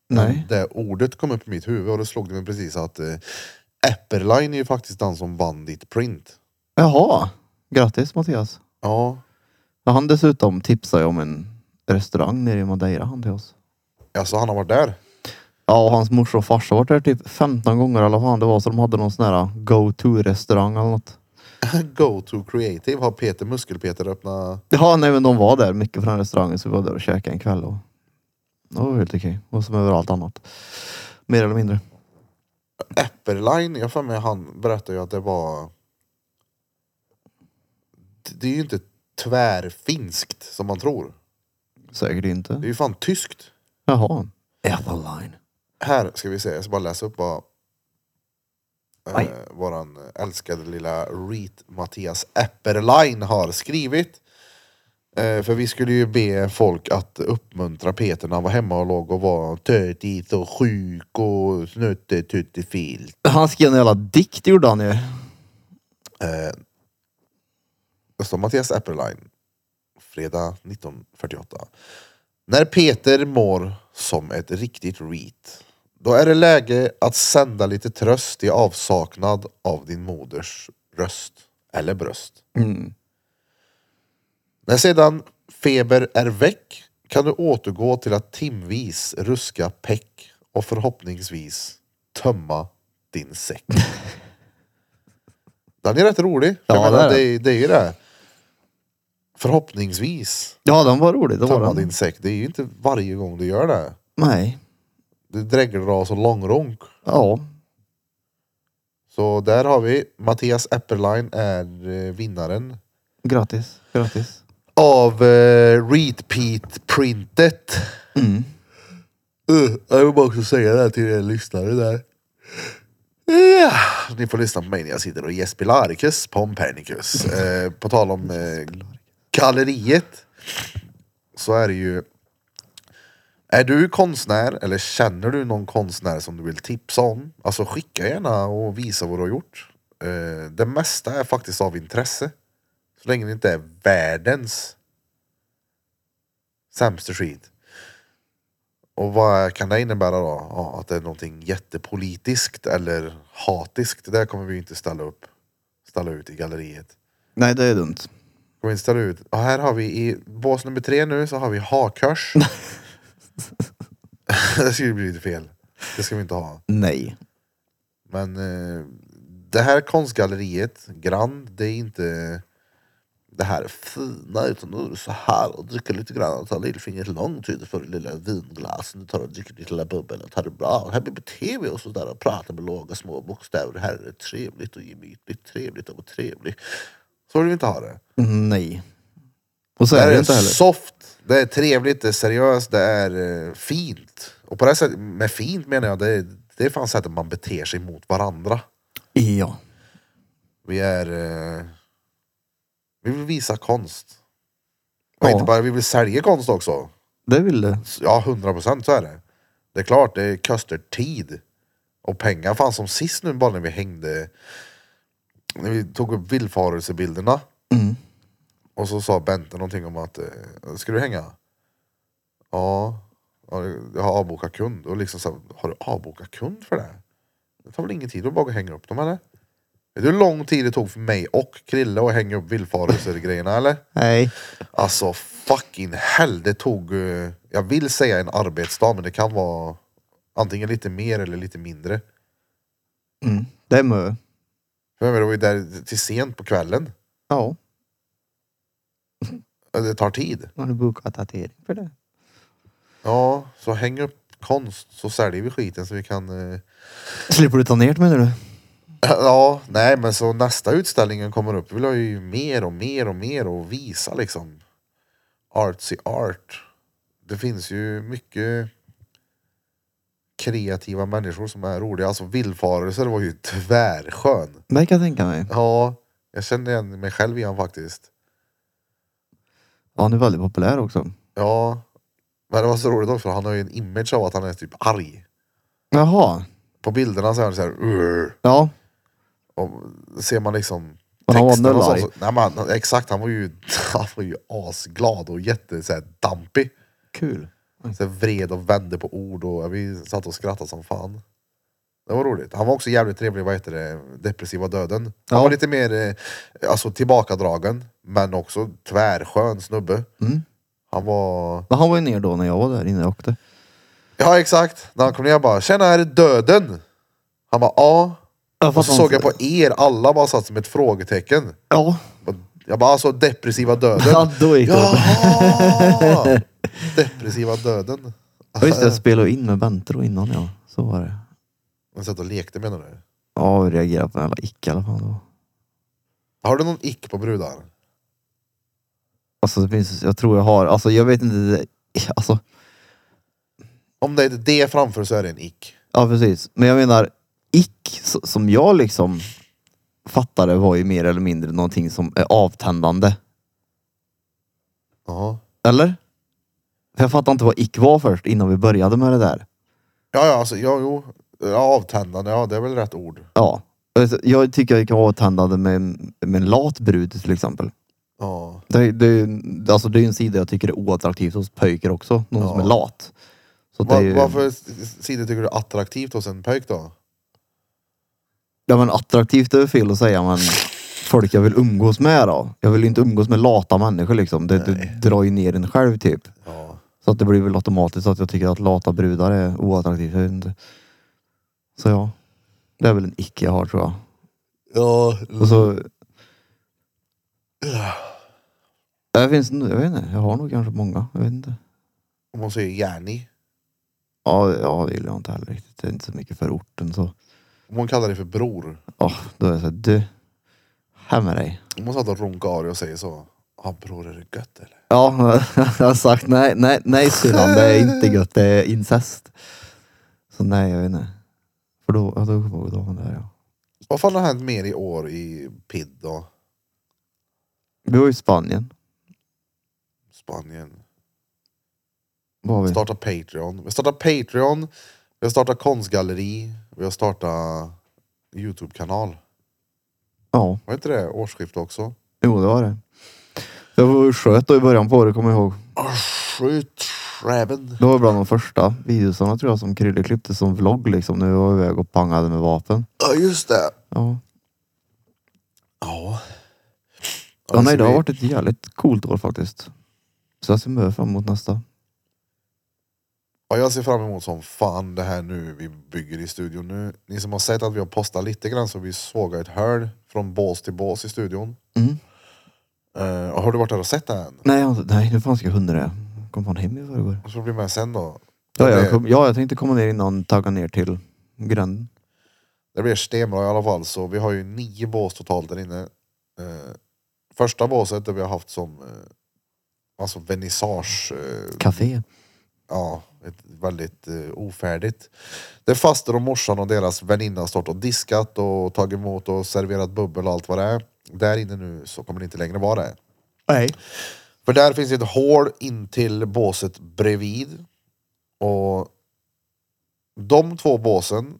Nej. Det ordet kom upp i mitt huvud och det slog det mig precis att eh, Epperline är ju faktiskt den som vann ditt print. Jaha. Grattis Mattias. Ja, Ja, han dessutom tipsade ju om en restaurang nere i Madeira han till oss. alltså han har varit där. Ja, och hans morsa och farsa har varit där typ femton gånger eller vad fan det var. Så de hade någon sån här go-to-restaurang eller något. Go to creative har Peter Muskelpeter öppnat. Ja, nej men de var där mycket från restaurangen så vi var där och käkade en kväll och det var helt okej. Och som överallt annat. Mer eller mindre. Epperline, jag för mig han berättade ju att det var... Det är ju inte tvärfinskt som man tror. Säkert Det är inte. ju fan tyskt. Jaha. Apple line. Här ska vi se, jag ska bara läsa upp vad eh, Oj. våran älskade lilla Reet Mattias Epperline har skrivit. Eh, för vi skulle ju be folk att uppmuntra Peter när han var hemma och låg och var tötigt och sjuk och snuttetuttefilt. Han skrev en jävla dikt gjorde han ju. Eh, det står Mattias Epperline, fredag nitton fyrtioåtta. När Peter mår som ett riktigt reet, då är det läge att sända lite tröst i avsaknad av din moders röst eller bröst. Mm. När sedan feber är väck kan du återgå till att timvis ruska peck och förhoppningsvis tömma din säck. Den är rätt rolig. Ja, Jag menar, det är det, är, det är ju det. Förhoppningsvis Ja, den var rolig. Det var tömma den. din säck. Det är ju inte varje gång du gör det. Nej. Du dräggelras och långronk. Ja. Så där har vi. Mattias Epperline är eh, vinnaren Grattis. Grattis. av eh, repeat-printet. Mm. Uh, jag vill bara också säga det här till er lyssnare där. Ja, ni får lyssna på mig när jag sitter och Jespilaricus Pompernicus. Eh, på tal om eh, galleriet. Så är det ju. Är du konstnär eller känner du någon konstnär som du vill tipsa om? Alltså skicka gärna och visa vad du har gjort. Eh, det mesta är faktiskt av intresse. Så länge det inte är världens sämsta skit. Och vad kan det innebära då? Ja, att det är någonting jättepolitiskt eller hatiskt. Det där kommer vi inte ställa upp. Ställa ut i galleriet. Nej, det är dumt. Kommer inte ställa ut. Och här har vi i bås nummer tre nu så har vi hakkors. Det skulle bli lite fel. Det ska vi inte ha. Nej. Men eh, det här konstgalleriet, Grand, det är inte det här fina utan nu är det så här och dricka lite grann och ta lillfingret lång tid för det lilla vinglasen. Du tar och dricker ditt lilla bubbel och tar det bra. Och här blir på tv och sådär och pratar med låga små bokstäver. Det här är trevligt och gemytligt, trevligt och trevligt. Så vill vi inte ha det. Nej. Och så Det är här det är inte heller. soft, det är trevligt, det är seriöst, det är eh, fint. Och på det här sättet, med fint menar jag, det är, det är fan sättet man beter sig mot varandra. Ja. Vi är... Eh, vi vill visa konst. Och Ja. inte bara, vi vill sälja konst också. Det vill du. Ja, hundra procent så är det. Det är klart, det kostar tid. Och pengar. Fan som sist nu bara när vi hängde... När vi tog upp villfarelsebilderna. Mm. Och så sa Bente någonting om att... Eh, ska du hänga? Ja. Ja, jag har avbokat kund. Och liksom så, har du avbokat kund för det? Det tar väl ingen tid att bara hänga upp dem eller? Vet du hur lång tid det tog för mig och Krille att hänga upp villfarelser-grejerna eller? Nej. Alltså fucking hell, det tog, eh, jag vill säga en arbetsdag men det kan vara antingen lite mer eller lite mindre. Mm. Det är mö. För det var ju där till sent på kvällen. Ja. Det tar tid. Har du bokat tatuering för det? Ja, så häng upp konst så säljer vi skiten så vi kan... Eh... Slipper du ta ner det menar du? Ja, nej men så nästa utställningen kommer upp. Vi vill ha ju mer och mer och mer och visa liksom. Artsy art. Det finns ju mycket kreativa människor som är roliga. Alltså villfarelser var ju tvärskön. Det kan jag tänka mig. Ja, jag kände igen mig själv igen faktiskt. Ja, han är väldigt populär också. Ja, men det var så roligt också för han har ju en image av att han är typ arg. Jaha. På bilderna så är han så här. Urr. Ja. Och ser man liksom Men han var texten och så, nollarg. så, nej, men, han- exakt, han var ju han var ju asglad och jätte så här, dampig. Kul. Så vred och vände på ord och vi satt och skrattade som fan. Det var roligt. Han var också jävligt trevlig, vad heter det, depressiva döden. Han Ja. var lite mer eh, alltså tillbakadragen, men också tvärskön snubbe. Mm. Han var... Men han var ju ner då när jag var där inne och åkte. Ja exakt. När han kom ner jag bara, tjena är det döden? Han bara, ja. Jag Och så såg jag på er, alla bara satt som ett frågetecken. Ja. Jag bara, alltså depressiva döden. Ja, då gick det. Jaha! Depressiva döden. Ja, just det, jag spelade in med Bentro innan, ja. Så var det. Man satt och lekte, menar du? Ja, jag reagerade på en jävla ick i alla fall då. Har du någon ick på brudar? Alltså det finns, jag tror jag har, alltså jag vet inte, det, alltså. Om det är det framför så är det en ick. Ja precis, men jag menar ick s- som jag liksom fattade var ju mer eller mindre någonting som är avtändande. Ja. Eller? För jag fattar inte vad ick var först innan vi började med det där. Ja, ja, alltså, ja, jo. Ja, avtändande, ja det är väl rätt ord. Ja. Alltså, jag tycker jag kan vara avtändande med, en- med en lat brud till exempel. Ja. Det, det, alltså det är ju en sida jag tycker är oattraktivt hos pojkar också. Någon Ja. som är lat. Så det Va, är ju, Varför sidor tycker du är attraktivt hos en pöjk då? ja men attraktivt är fel att säga, men folk jag vill umgås med då. Jag vill inte umgås med lata människor liksom. Det, det drar ju ner en själv typ. Ja. Så att det blir väl automatiskt att jag tycker att lata brudar är oattraktivt. Jag vet inte. Så ja. Det är väl en icke jag har tror jag. Ja. Och så... Det finns, jag vet inte. Jag har nog kanske många. Jag vet inte. Om man säger Järni. Ja, ja, det gillar jag inte heller riktigt. Det är inte så mycket för orten så. Om man kallar det för bror. Ja, då är jag så här, du. Hem med dig. Om man satt och runkar av dig och säger så. Ja bror, är det gött eller? Ja, jag har sagt nej, nej, nej syrran. Det är inte gött. Det är incest. Så nej, jag vet inte. För då, ja, då kommer jag ihåg där ja. Vad fan har hänt mer i år i P I D då? Vi var i Spanien. Spanien. Var vi? Starta Patreon. Vi har startat Patreon. Vi har startat konstgalleri. Vi har startat YouTube-kanal. Ja, Var inte det årsskifte också? jo det var det. Jag var sköt då i början på det, kommer jag ihåg. Oh, skjut räven. Det var bland de första videosarna tror jag som Krille klippte som vlogg liksom. När vi var iväg och pangade med vapen. Ja just det. Ja. Ja. Ja, nej, så det har vi- varit ett jävligt coolt år faktiskt. Så jag ser mycket fram emot nästa. Ja, jag ser fram emot som fan det här nu vi bygger i studion nu. Ni som har sett att vi har postat lite grann så vi sågar ett hörn från bås till bås i studion. Mm. Uh, har du varit där och sett det än? Nej, jag, nej, nu fan ska jag hundra det. Kom fan hem i förrgår. Och så blir med sen då. Ja, det, jag kom, ja, jag tänkte komma ner innan tagga ner till gränden. det blir stenbra i alla fall. Så vi har ju nio bås totalt där inne. Uh, första båset där vi har haft som uh, alltså vernissage. Uh, Café. Ja, ett väldigt uh, ofärdigt. Det är faster och morsan och deras väninna har stått och diskat och tagit emot och serverat bubbel och allt vad det är. Där inne nu så kommer det inte längre vara det. Nej. För där finns ett hål in till båset bredvid. Och de två båsen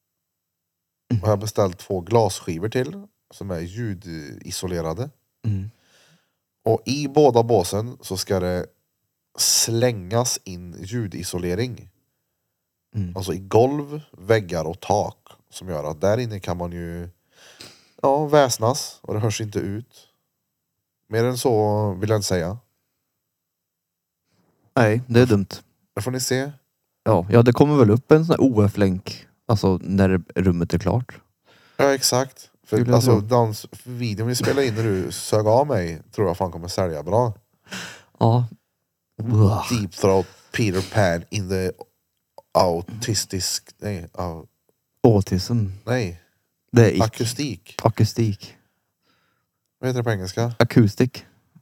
har jag beställt två glasskivor till som är ljudisolerade. Mm. Och i båda båsen så ska det slängas in ljudisolering. Mm. Alltså i golv, väggar och tak. Som gör att där inne kan man ju ja, väsnas och det hörs inte ut. Mer än så vill jag inte säga. Nej, det är dumt. Det får ni se. Ja, ja, det kommer väl upp en sån här O F-länk. Alltså när rummet är klart. Ja exakt. Vill För jag alltså tro. dans, videon vi spelade in när du sög av mig tror jag fan kommer sälja bra. Ja. Deep throat Peter Pan in the autistisk, nej, au, Autism. nej, Det är ick. akustik. Akustik. Vad heter det på engelska? Acoustic.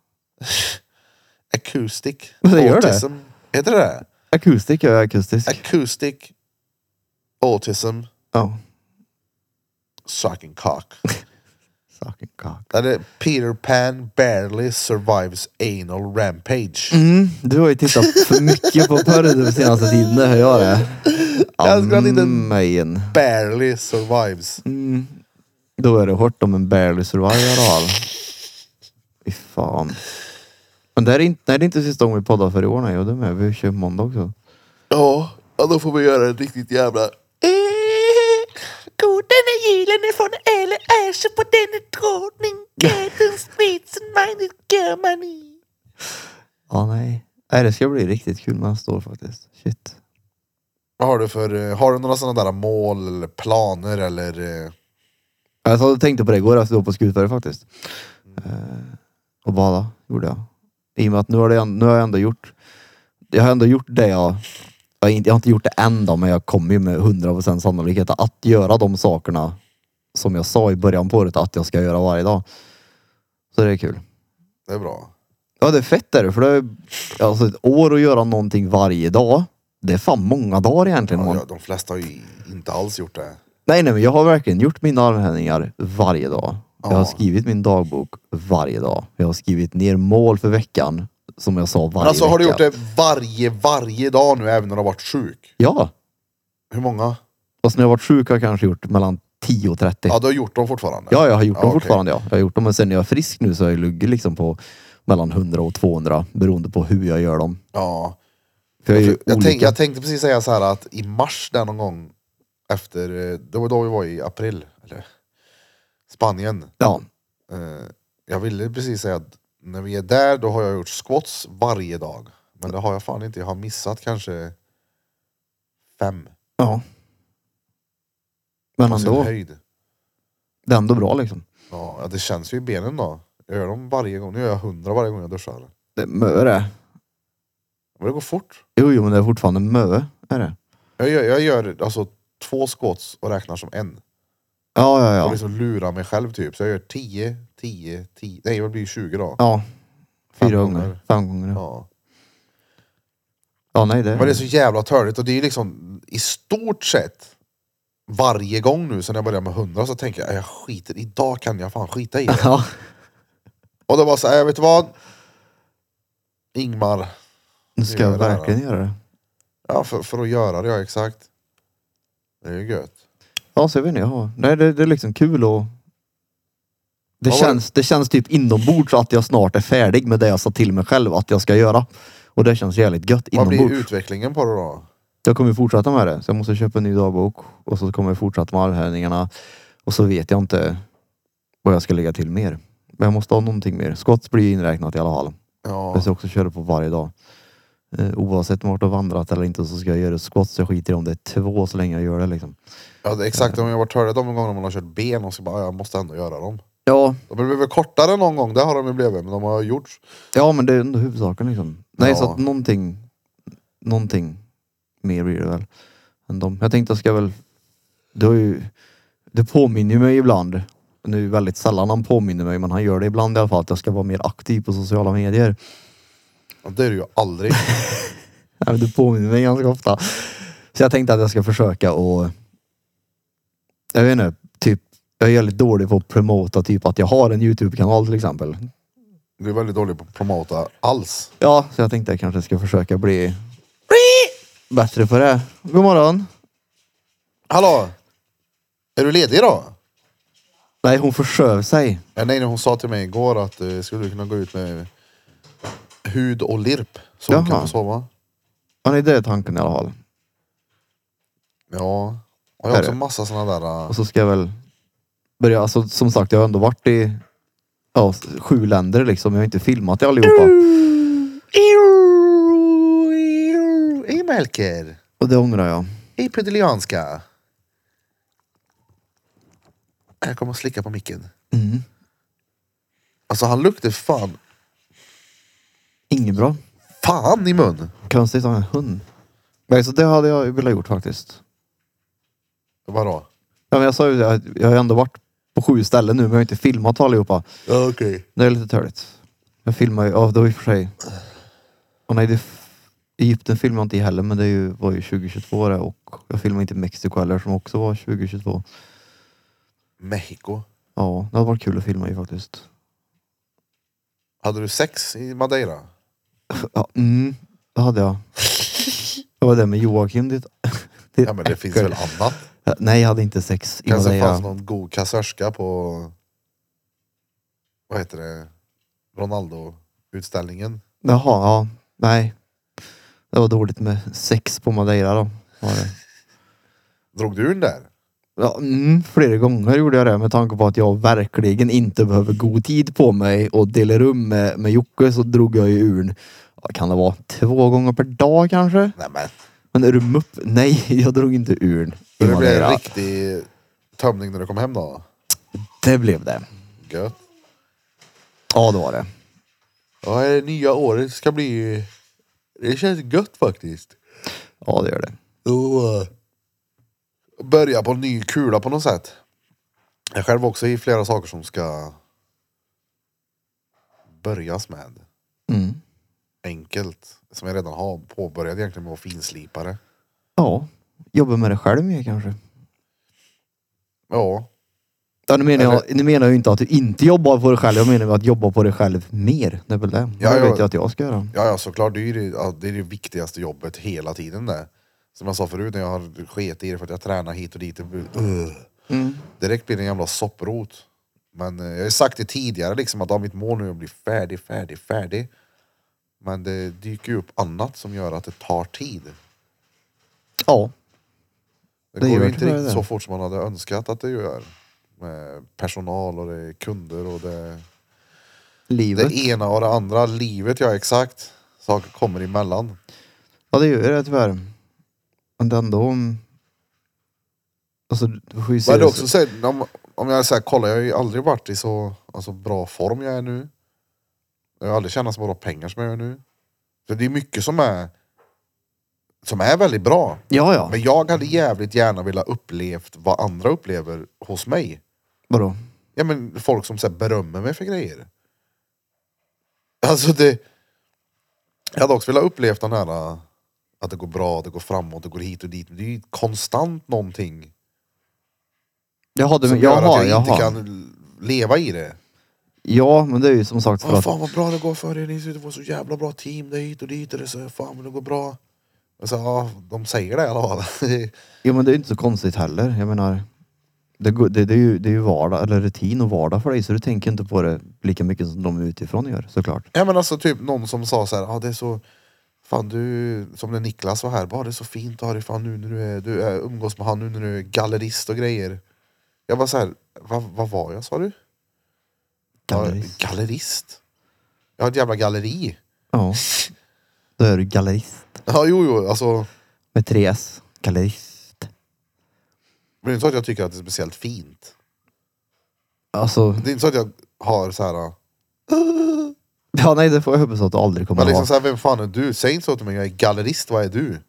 Acoustic. Det gör det. Autism. Heter det det? Acoustic är akustisk. Acoustic autism Ja. sucking cock. Sucking cock. Eller Peter Pan barely survives anal rampage. Mm, du har ju tittat för mycket på porr den senaste tiden, det hör jag det. Jag ska inte- Amen. Barely survives. Mm. Då är det hårt om en barely survivor all. Fy fan. Men det är inte, nej, det är inte sista gången vi poddar för i år. Nej, och det är med. Vi kör måndag också. Ja, ja, då får vi göra en riktigt jävla... God denna julen är från eller är så på denna drottning. Gäten spritsen meine Germany. Ja, nej. Nej, det ska bli riktigt kul nästa år faktiskt. Shit. Vad har du för... Har du några sådana där mål eller planer eller... eh, Jag satt och tänkte på det igår efter att jag var på Skutberg faktiskt. Eh, och bada gjorde jag. I och med att nu har, det, nu har jag ändå gjort... Jag har ändå gjort det jag... Jag har inte, jag har inte gjort det än då, men jag kommer ju med hundra procent sannolikhet att göra de sakerna som jag sa i början på året att jag ska göra varje dag. Så det är kul. Det är bra. Ja, det är fett där, för det är alltså ett år att göra någonting varje dag. Det är fan många dagar egentligen. Ja, man. ja, de flesta har ju inte alls gjort det. Nej, nej, men jag har verkligen gjort mina armhävningar varje dag. Jag har Ja. skrivit min dagbok varje dag. Jag har skrivit ner mål för veckan, som jag sa varje Men alltså har du vecka. gjort det varje, varje dag nu även när du har varit sjuk? Ja. Hur många? Fast när jag har varit sjuk har jag kanske gjort mellan tio och trettio. Ja, du har gjort dem fortfarande? Ja, jag har gjort Ja, dem okej. fortfarande. Ja. Jag har gjort dem, men sen när jag är frisk nu så har jag ligger liksom på mellan hundra och tvåhundra beroende på hur jag gör dem. Ja. För jag, är ju Jag, olika. tänk, jag tänkte precis säga så här att i mars där någon gång efter, eh, det var då vi var i april, eller Spanien. Ja. Eh, Jag ville precis säga att när vi är där då har jag gjort squats varje dag. Men det har jag fan inte, jag har missat kanske fem Ja. Men på sin ändå. höjd. Det är ändå bra liksom. Ja, det känns ju i benen då. Jag gör dem varje gång, nu gör jag hundra varje gång jag duschar. Det är mö det. Men det går fort. Jo, jo, men det är fortfarande mö. Är det? Jag gör, jag gör alltså två squats och räknar som en. Ja, ja, Och ja. liksom lurar mig själv typ. Så jag gör tio, tio, tio. Nej, det blir tjugo då. Ja. Fyra Fem gånger. gånger. Fem gånger. Ja, Ja. ja nej det. Men det är så jävla törligt och det är liksom i stort sett varje gång nu sen jag började med hundra så tänker jag jag skiter, idag kan jag fan skita i det. Ja. Och det var så här, jag vet du vad? Ingmar. Nu ska jag verkligen göra det. Ja, för, för att göra det, ja exakt. Det är ju gött. Ja, så jag vet inte. Ja. Nej, det, det är liksom kul och det, Ja, känns, det känns typ inombords att jag snart är färdig med det jag sa till mig själv att jag ska göra. Och det känns jävligt gött Vad blir inombords. utvecklingen på det då? Jag kommer fortsätta med det. Så jag måste köpa en ny dagbok. Och så kommer jag fortsätta med armhävningarna. Och så vet jag inte vad jag ska lägga till mer. Men jag måste ha någonting mer. Skott blir inräknat i alla fall. Ja, Jag ska också köra på varje dag. Eh, oavsett om jag har vandrat eller inte så ska jag göra skott. Så jag skiter i om det är två så länge jag gör det liksom. ja det är exakt. Om jag har varit törlig de gånger man har kört ben och så bara, ja, jag måste ändå göra dem. Ja, De blir väl kortare någon gång, det har de ju blivit, men de har gjorts. ja men det är ändå huvudsaken liksom. Nej, Ja. så att någonting, någonting mer blir det väl. Än de. Jag tänkte jag ska väl, det har ju, det påminner ju mig ibland. Nu är det väldigt sällan han påminner mig, men han gör det ibland i alla fall, att jag ska vara mer aktiv på sociala medier. Ja, det är det ju aldrig. Ja, men det påminner mig ganska ofta. Så jag tänkte att jag ska försöka och jag vet inte, typ, jag är väldigt dålig på att promota typ att jag har en YouTube-kanal till exempel. Du är väldigt dålig på att promota alls. Ja, så jag tänkte att jag kanske ska försöka bli bättre på det. God morgon. Hallå! Är du ledig då? Nej, hon försöv sig. Ja, nej, hon sa till mig igår att uh, skulle du kunna gå ut med hud och lirp så hon Jaha. kan få sova. Ja, nej, det är tanken i alla fall. Ja. Och jag har Är också det? massa såna där... Uh, Och så ska jag väl börja, alltså som sagt, jag har ändå varit i ja, sju länder liksom. Jag har inte filmat i allihopa. Hej Melker! Och det ångrar jag. Hej Puddelianska! Jag kommer att slicka på micken. Mm. Alltså han luktar fan... Inget bra. Fan i mun! Konstigt att ha en hund. Nej, så det hade jag velat gjort faktiskt. Vadå? Ja, men jag sa ju det, att jag har ändå varit på sju ställen nu, men jag har inte filmat allihopa. Ja okej. Okay. Det är lite törligt. Jag filmar ju, ja det var i och för sig. Och nej, det, Egypten filmade jag inte i heller, men det är ju, var ju tjugohundratjugotvå det, och jag filmade inte Mexiko heller som också var tjugohundratjugotvå. Mexiko. Ja, det hade varit kul att filma i faktiskt. Hade du sex i Madeira? Ja, mm, det hade jag. Det var det med Joakim. Ditt, ditt Ja men det finns äckel. väl annat? Nej, jag hade inte sex i Kanske Madeira. fanns någon god kassörska på... Vad heter det? Ronaldo-utställningen. Jaha, ja. Nej. Det var dåligt med sex på Madeira då. Var det. Drog du den där? Ja, mm, flera gånger gjorde jag det med tanke på att jag verkligen inte behöver god tid på mig och dela rum med, med Jocke, så drog jag ju ur. Ja, kan det vara två gånger per dag kanske? Nej men. Men är du mupp? Nej, jag drog inte ur. Det blev en riktig tömning när du kom hem då? Det blev det. Gött. Ja, det var det. Ja, det nya året ska bli... Det känns gött faktiskt. Ja, det gör det. Och börja på en ny kula på något sätt. Jag själv också i flera saker som ska börjas med. Mm. Enkelt. Som jag redan har påbörjat egentligen med att finslipa det. Ja, jobba med det själv mer kanske. Ja. Ja, nu menar, jag, Eller- nu menar jag inte att du inte jobbar på dig själv. Jag menar att jobba på dig själv mer. Det är väl det. Ja, det ja. vet jag att jag ska göra. Ja, ja såklart. Det är ju det, ja, det, är det viktigaste jobbet hela tiden där. Som jag sa förut när jag har sket i det för att jag tränar hit och dit. Det blir, uh. Mm. Direkt blir det en jävla sopprot. Men eh, jag har ju sagt det tidigare liksom att ja, mitt mål nu är att bli färdig, färdig, färdig. Men det dyker ju upp annat som gör att det tar tid. Ja. Det, Det går gör ju inte tyvärr riktigt det. så fort som man hade önskat att det gör. Med personal och det är kunder och det, Livet. det ena och det andra. Livet, ja exakt. Saker kommer emellan. Ja, det gör det tyvärr. Men det är ändå... Alltså, du får ju se Men det det är också så, om, om jag säger kolla, jag har ju aldrig varit i så alltså, bra form jag är nu. Jag har aldrig tjänat så bra pengar som jag gör nu. Så det är mycket som är som är väldigt bra. Ja, ja. Men jag hade jävligt gärna velat upplevt vad andra upplever hos mig. Vadå? Ja men folk som så här, berömmer mig för grejer. Alltså det... Jag hade också velat upplevt den här äh, att det går bra, det går framåt, det går hit och dit. Men det är ju konstant någonting Jaha, du, som gör jaha, att jag inte jaha. kan leva i det. Ja, men det är ju som sagt för Åh, att... fan vad bra det går för er, ni får så jävla bra team, det är hit och dit och det är så, fan men det går bra. Alltså, ja, de säger det i alla fall. Jo, men det är ju inte så konstigt heller. Jag menar... Det, går- det, det, är ju, det är ju vardag, eller rutin och vardag för dig, så du tänker inte på det lika mycket som de utifrån gör, såklart. Ja men alltså typ någon som sa så här, ah, det är så, fan du, som när Niklas var här, bara det är så fint att ha dig fan nu när du är, du är umgås med han nu när du är gallerist och grejer. Jag var så här, vad, vad var jag sa du? Gallerist. Ja, gallerist? Jag har ett jävla galleri. Ja. Då är du gallerist. Ja jo jo, alltså, Med tre S. Gallerist. men det är inte så att jag tycker att det är speciellt fint. Alltså... Det är inte så att jag har så här. Ja, nej, det får jag hoppas att du aldrig kommer Men liksom att så ha. här, vem fan är du? Säg inte så till mig, jag är gallerist, vad är du?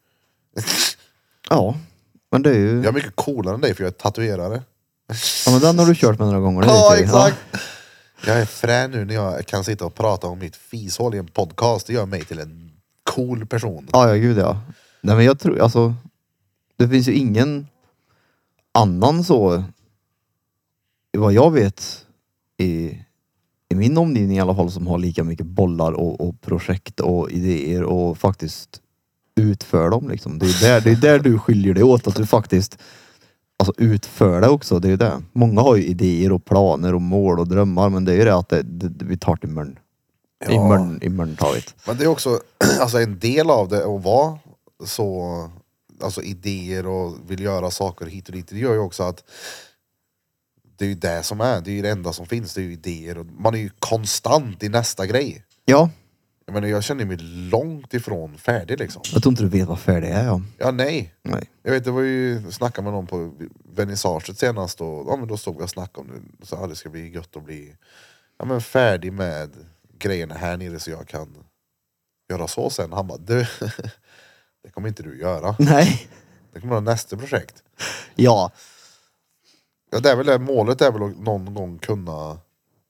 Ja, men det är ju... Jag är mycket coolare än dig för jag är tatuerare. Ja, men den har du kört med några gånger. det Ja vet jag ju. exakt. Jag är frän nu när jag kan sitta och prata om mitt fishål i en podcast. Det gör mig till en cool person. Ja, ja, gud ja. Nej, men jag tror, alltså... Det finns ju ingen annan så... Vad jag vet i, i min omgivning i alla fall som har lika mycket bollar och, och projekt och idéer och faktiskt utför dem liksom. Det är där, det är där du skiljer dig åt, att du faktiskt alltså utför det också. Det är ju det. Många har ju idéer och planer och mål och drömmar, men det är ju det att det, det, vi tar till mörn. I Ja. mörn, i mörn tar vi det. Men det är också alltså en del av det att vara så, alltså idéer och vill göra saker hit och dit. Det gör ju också att det är ju det som är, det är ju det enda som finns, det är ju idéer. Och man är ju konstant i nästa grej. Ja, Jag menar, jag känner mig långt ifrån färdig liksom. jag tror inte du vet vad färdig är. Ja. Ja, nej. Nej. Jag vet, det var ju, snackade med någon på vernissaget senast och ja, men då stod jag och snackade om det. Så ja, det ska bli gött att bli ja, men färdig med grejerna här nere så jag kan göra så sen. Han bara, du, det kommer inte du göra. Nej. Det kommer vara nästa projekt. Ja. Ja, det är väl det, målet är väl att någon gång kunna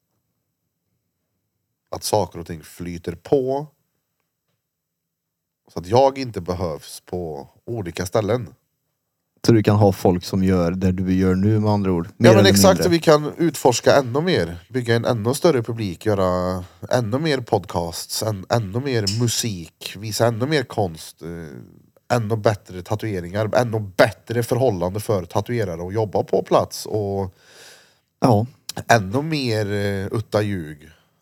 att saker och ting flyter på. Så att jag inte behövs på olika ställen. Så du kan ha folk som gör det du gör nu med andra ord. Mer Ja men eller exakt, mindre. så vi kan utforska ännu mer. Bygga en ännu större publik, göra ännu mer podcasts, än, ännu mer musik, visa ännu mer konst, eh, ännu bättre tatueringar, ännu bättre förhållande för tatuerare att jobba på plats och Ja. ännu mer eh, utta ljug,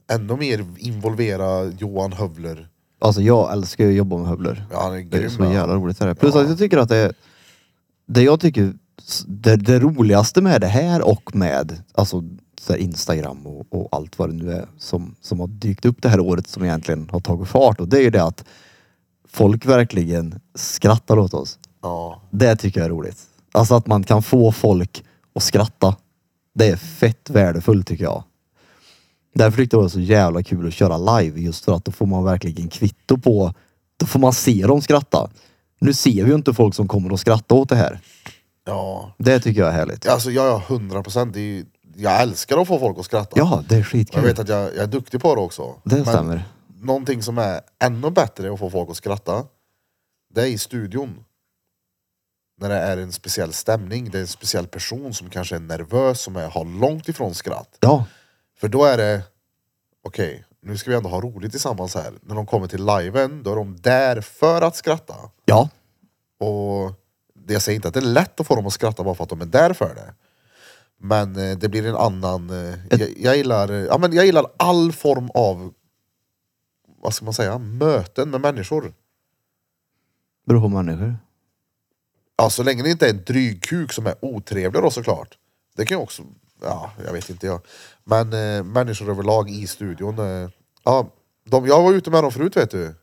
ännu mer involvera Johan Hövler. Alltså jag älskar ju att jobba med Hövler. Ja, han är Det är grym. så ja. jävla roligt det här. Plus Ja. att jag tycker att det är, det jag tycker det, det roligaste med det här och med alltså så här Instagram och, och allt vad det nu är som, som har dykt upp det här året som egentligen har tagit fart. Och det är ju det att folk verkligen skrattar åt oss. Ja. Det tycker jag är roligt. Alltså att man kan få folk att skratta. Det är fett värdefullt tycker jag. Därför tyckte jag det var så jävla kul att köra live. Just för att då får man verkligen kvitto på. Då får man se dem skratta. Nu ser vi ju inte folk som kommer att skratta åt det här. Ja. Det tycker jag är härligt. Alltså jag är hundra procent. Jag älskar att få folk att skratta. Ja, det är Jag skitkul. vet att jag, jag är duktig på det också. Det Men stämmer. någonting som är ännu bättre att få folk att skratta, det är i studion. När det är en speciell stämning, det är en speciell person som kanske är nervös, som är, har långt ifrån skratt. Ja, För då är det, okej, okay, nu ska vi ändå ha roligt tillsammans här. När de kommer till liven, då är de där för att skratta. ja. Och det, jag säger inte att det är lätt att få dem att skratta bara för att de är där för det. Men eh, det blir en annan... Eh, jag, jag, gillar, eh, ja, men jag gillar all form av, vad ska man säga, möten med människor. Beror på människor. Ja, så länge det inte är en dryg kuk som är otrevlig då såklart. Det kan ju också, ja, jag vet inte jag. Men eh, människor överlag i studion. Eh, ja, de, jag var ute med dem förut vet du.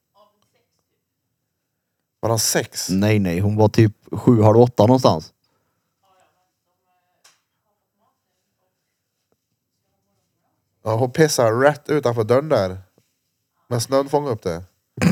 Var han sex? Nej, nej. Hon var typ sju, halv åtta någonstans. Ja, hon pissar rätt utanför dörren där. Men snön fångade upp det.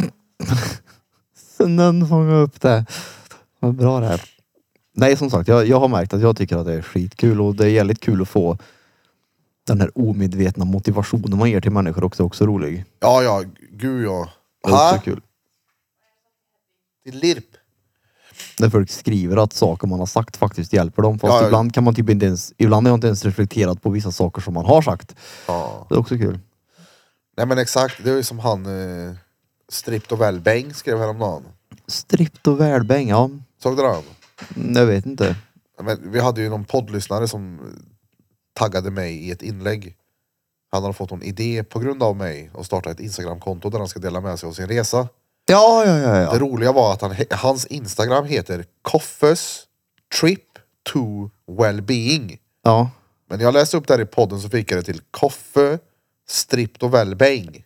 Snön fångade upp det. Vad bra det här. Nej, som sagt, jag, jag har märkt att jag tycker att det är skitkul och det är jävligt kul att få den här omedvetna motivationen man ger till människor också, också rolig. Ja, ja, gud ja. Det är också Ha? kul. Det är lirp. När folk skriver att saker man har sagt faktiskt hjälper dem. Fast Ja, ja. ibland kan man typ inte ens, ibland har jag inte ens reflekterat på vissa saker som man har sagt. Ja. Det är också kul. Nej men exakt, det är ju som han eh, Stript och Wellbang skrev häromdagen. Strippt och välbäng, ja. Såg du den? Mm, jag vet inte. Men vi hade ju någon poddlyssnare som taggade mig i ett inlägg. Han hade fått en idé på grund av mig och starta ett Instagramkonto där han ska dela med sig av sin resa. Ja, ja, ja, ja. Det roliga var att han, hans Instagram heter Koffes Trip to Wellbeing. Ja. Men när jag läste upp där i podden så fick jag det till Koffe Stript och Wellbang.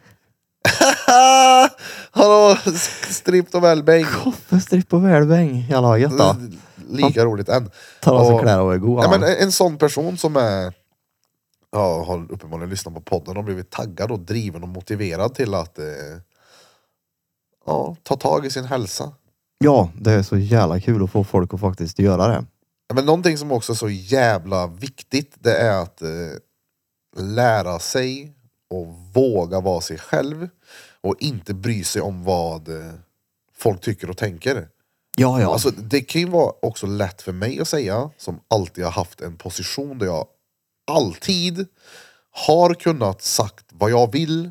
Hallå, Stript och Wellbang. Koffe, stripp och välbäng. Jävla gött då. Lika roligt än. Tar av sig Och- kläder och är god. Ja, han. men en sån person som är, ja, har uppenbarligen lyssnat på podden och blivit taggad och driven och motiverad till att eh, ja, ta tag i sin hälsa. Ja, det är så jävla kul att få folk att faktiskt göra det. Ja, men någonting som också är så jävla viktigt, det är att eh, lära sig och våga vara sig själv och inte bry sig om vad eh, folk tycker och tänker. Ja, ja. Alltså, det kan ju vara också lätt för mig att säga, som alltid har haft en position där jag alltid har kunnat sagt vad jag vill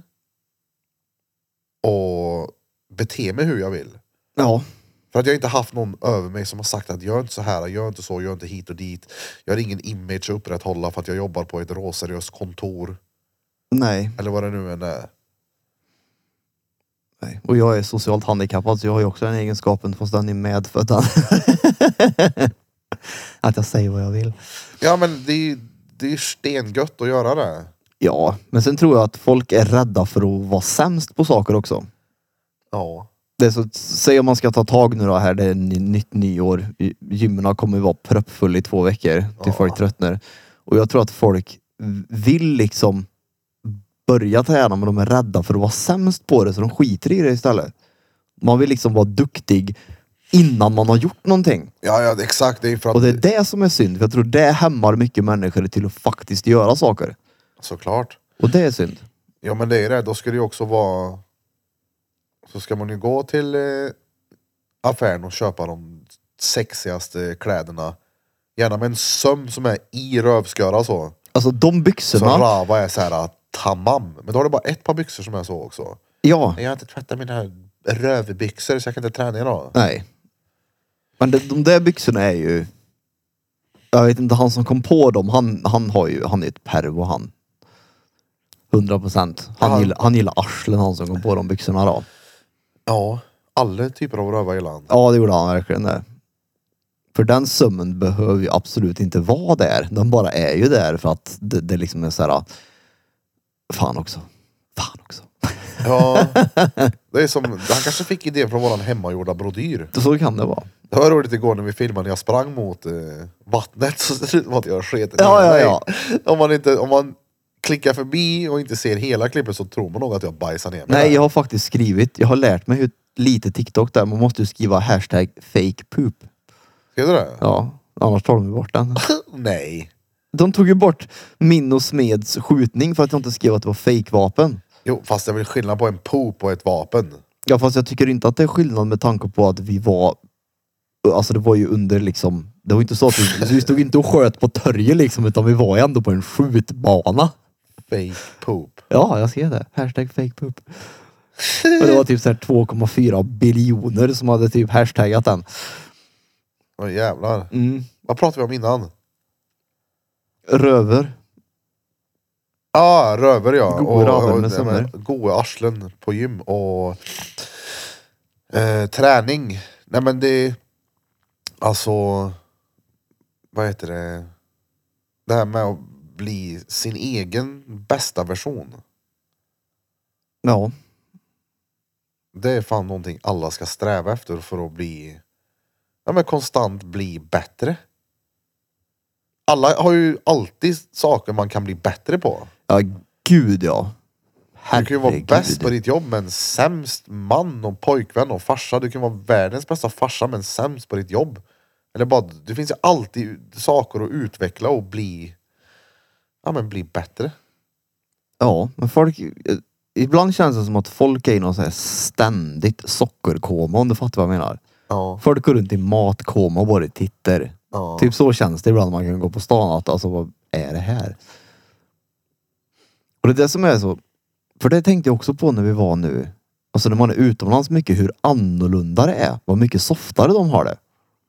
och bete mig hur jag vill. ja. För att jag inte haft någon över mig som har sagt att gör inte så här, gör inte så, gör inte hit och dit. Jag har ingen image att upprätthålla för att jag jobbar på ett råseriöst kontor. Nej. Eller vad det nu än är. Nej. Och jag är socialt handikappad så jag har ju också den egenskapen fast den är medfödd. Att jag säger vad jag vill. Ja men det är, det är stengött att göra det. Ja, men sen tror jag att folk är rädda för att vara sämst på saker också. Ja. Det är så, säg om man ska ta tag nu då här, det är ny- nytt nyår. Gymmerna kommer vara proppfulla i två veckor till Ja. folk tröttnar. Och jag tror att folk vill liksom börja träna men de är rädda för att vara sämst på det så de skiter i det istället. Man vill liksom vara duktig innan man har gjort någonting. Ja, ja exakt. Det är för att, Och det är det som är synd. För jag tror det hämmar mycket människor till att faktiskt göra saker. såklart. Och det är synd. Ja men det är det. Då ska det ju också vara, så ska man ju gå till eh, affären och köpa de sexigaste kläderna. Gärna med en söm som är i rövsköra så. Alltså de Så byxorna. Rava är så här tamam. Men då har du bara ett par byxor som är så också. Ja. Jag har inte tvättat mina rövbyxor så jag kan inte träna idag. Nej. Men de, de där byxorna är ju... Jag vet inte, han som kom på dem, han, han har ju, han är ett pervo han. hundra procent. Han, Ja. gillar, han gillar arslen, han som går på de byxorna då. Ja, alla typer av röva i land. Ja, det gjorde han verkligen det. För den sömmen behöver ju absolut inte vara där. Den bara är ju där för att det, det liksom är så här. Fan också. Fan också. Ja, det är som, han kanske fick idén från våran hemmagjorda brodyr. Så kan det vara. Det var roligt igår när vi filmade när jag sprang mot eh, vattnet så ser det ut som att jag sket. Ja, ja, ja. Om man inte, om man klickar förbi och inte ser hela klippet så tror man nog att jag bajsar ner mig. Nej, där. jag har faktiskt skrivit. Jag har lärt mig hur lite TikTok där. Man måste ju skriva hashtag fake poop. Ska du det? Ja, annars tar de ju bort den. Nej. De tog ju bort min och Smeds skjutning för att jag inte skrev att det var fake-vapen. Jo, fast det är väl skillnad på en poop och ett vapen. Ja, fast jag tycker inte att det är skillnad med tanke på att vi var... Alltså det var ju under liksom... Det var inte så att vi, vi stod inte och sköt på törje liksom, utan vi var ju ändå på en skjutbana. Fake poop. Ja, jag ser det. Hashtag fake poop. Och det var typ så här två komma fyra biljoner som hade typ hashtaggat den. Åh jävlar. Mm. Vad pratade vi om innan? Röver. Ja, ah, röver ja. Goda och, röver och, med nej, sömmer. men, goda arslen på gym och eh, träning. Nej men det, alltså, vad heter det? Det här med att bli sin egen bästa version. Ja. Det är fan någonting alla ska sträva efter för att bli, ja men konstant bli bättre. Alla har ju alltid saker man kan bli bättre på. Ja, gud ja. Du kan ju vara Herregud. bäst på ditt jobb men sämst man och pojkvän och farsa. Du kan vara världens bästa farsa men sämst på ditt jobb. Eller bara, det finns ju alltid saker att utveckla och bli, ja men bli bättre. Ja, men folk... Ibland känns det som att folk är i någon så här ständigt sockerkoma, om du fattar vad jag menar. Ja, Folk går runt i matkoma och bara tittar. ja. Typ så känns det ibland när man kan gå på stan. Att, alltså, vad är det här? Och det är det som är så... För det tänkte jag också på när vi var nu. Alltså när man är utomlands mycket, hur annorlunda det är. Vad mycket softare de har det.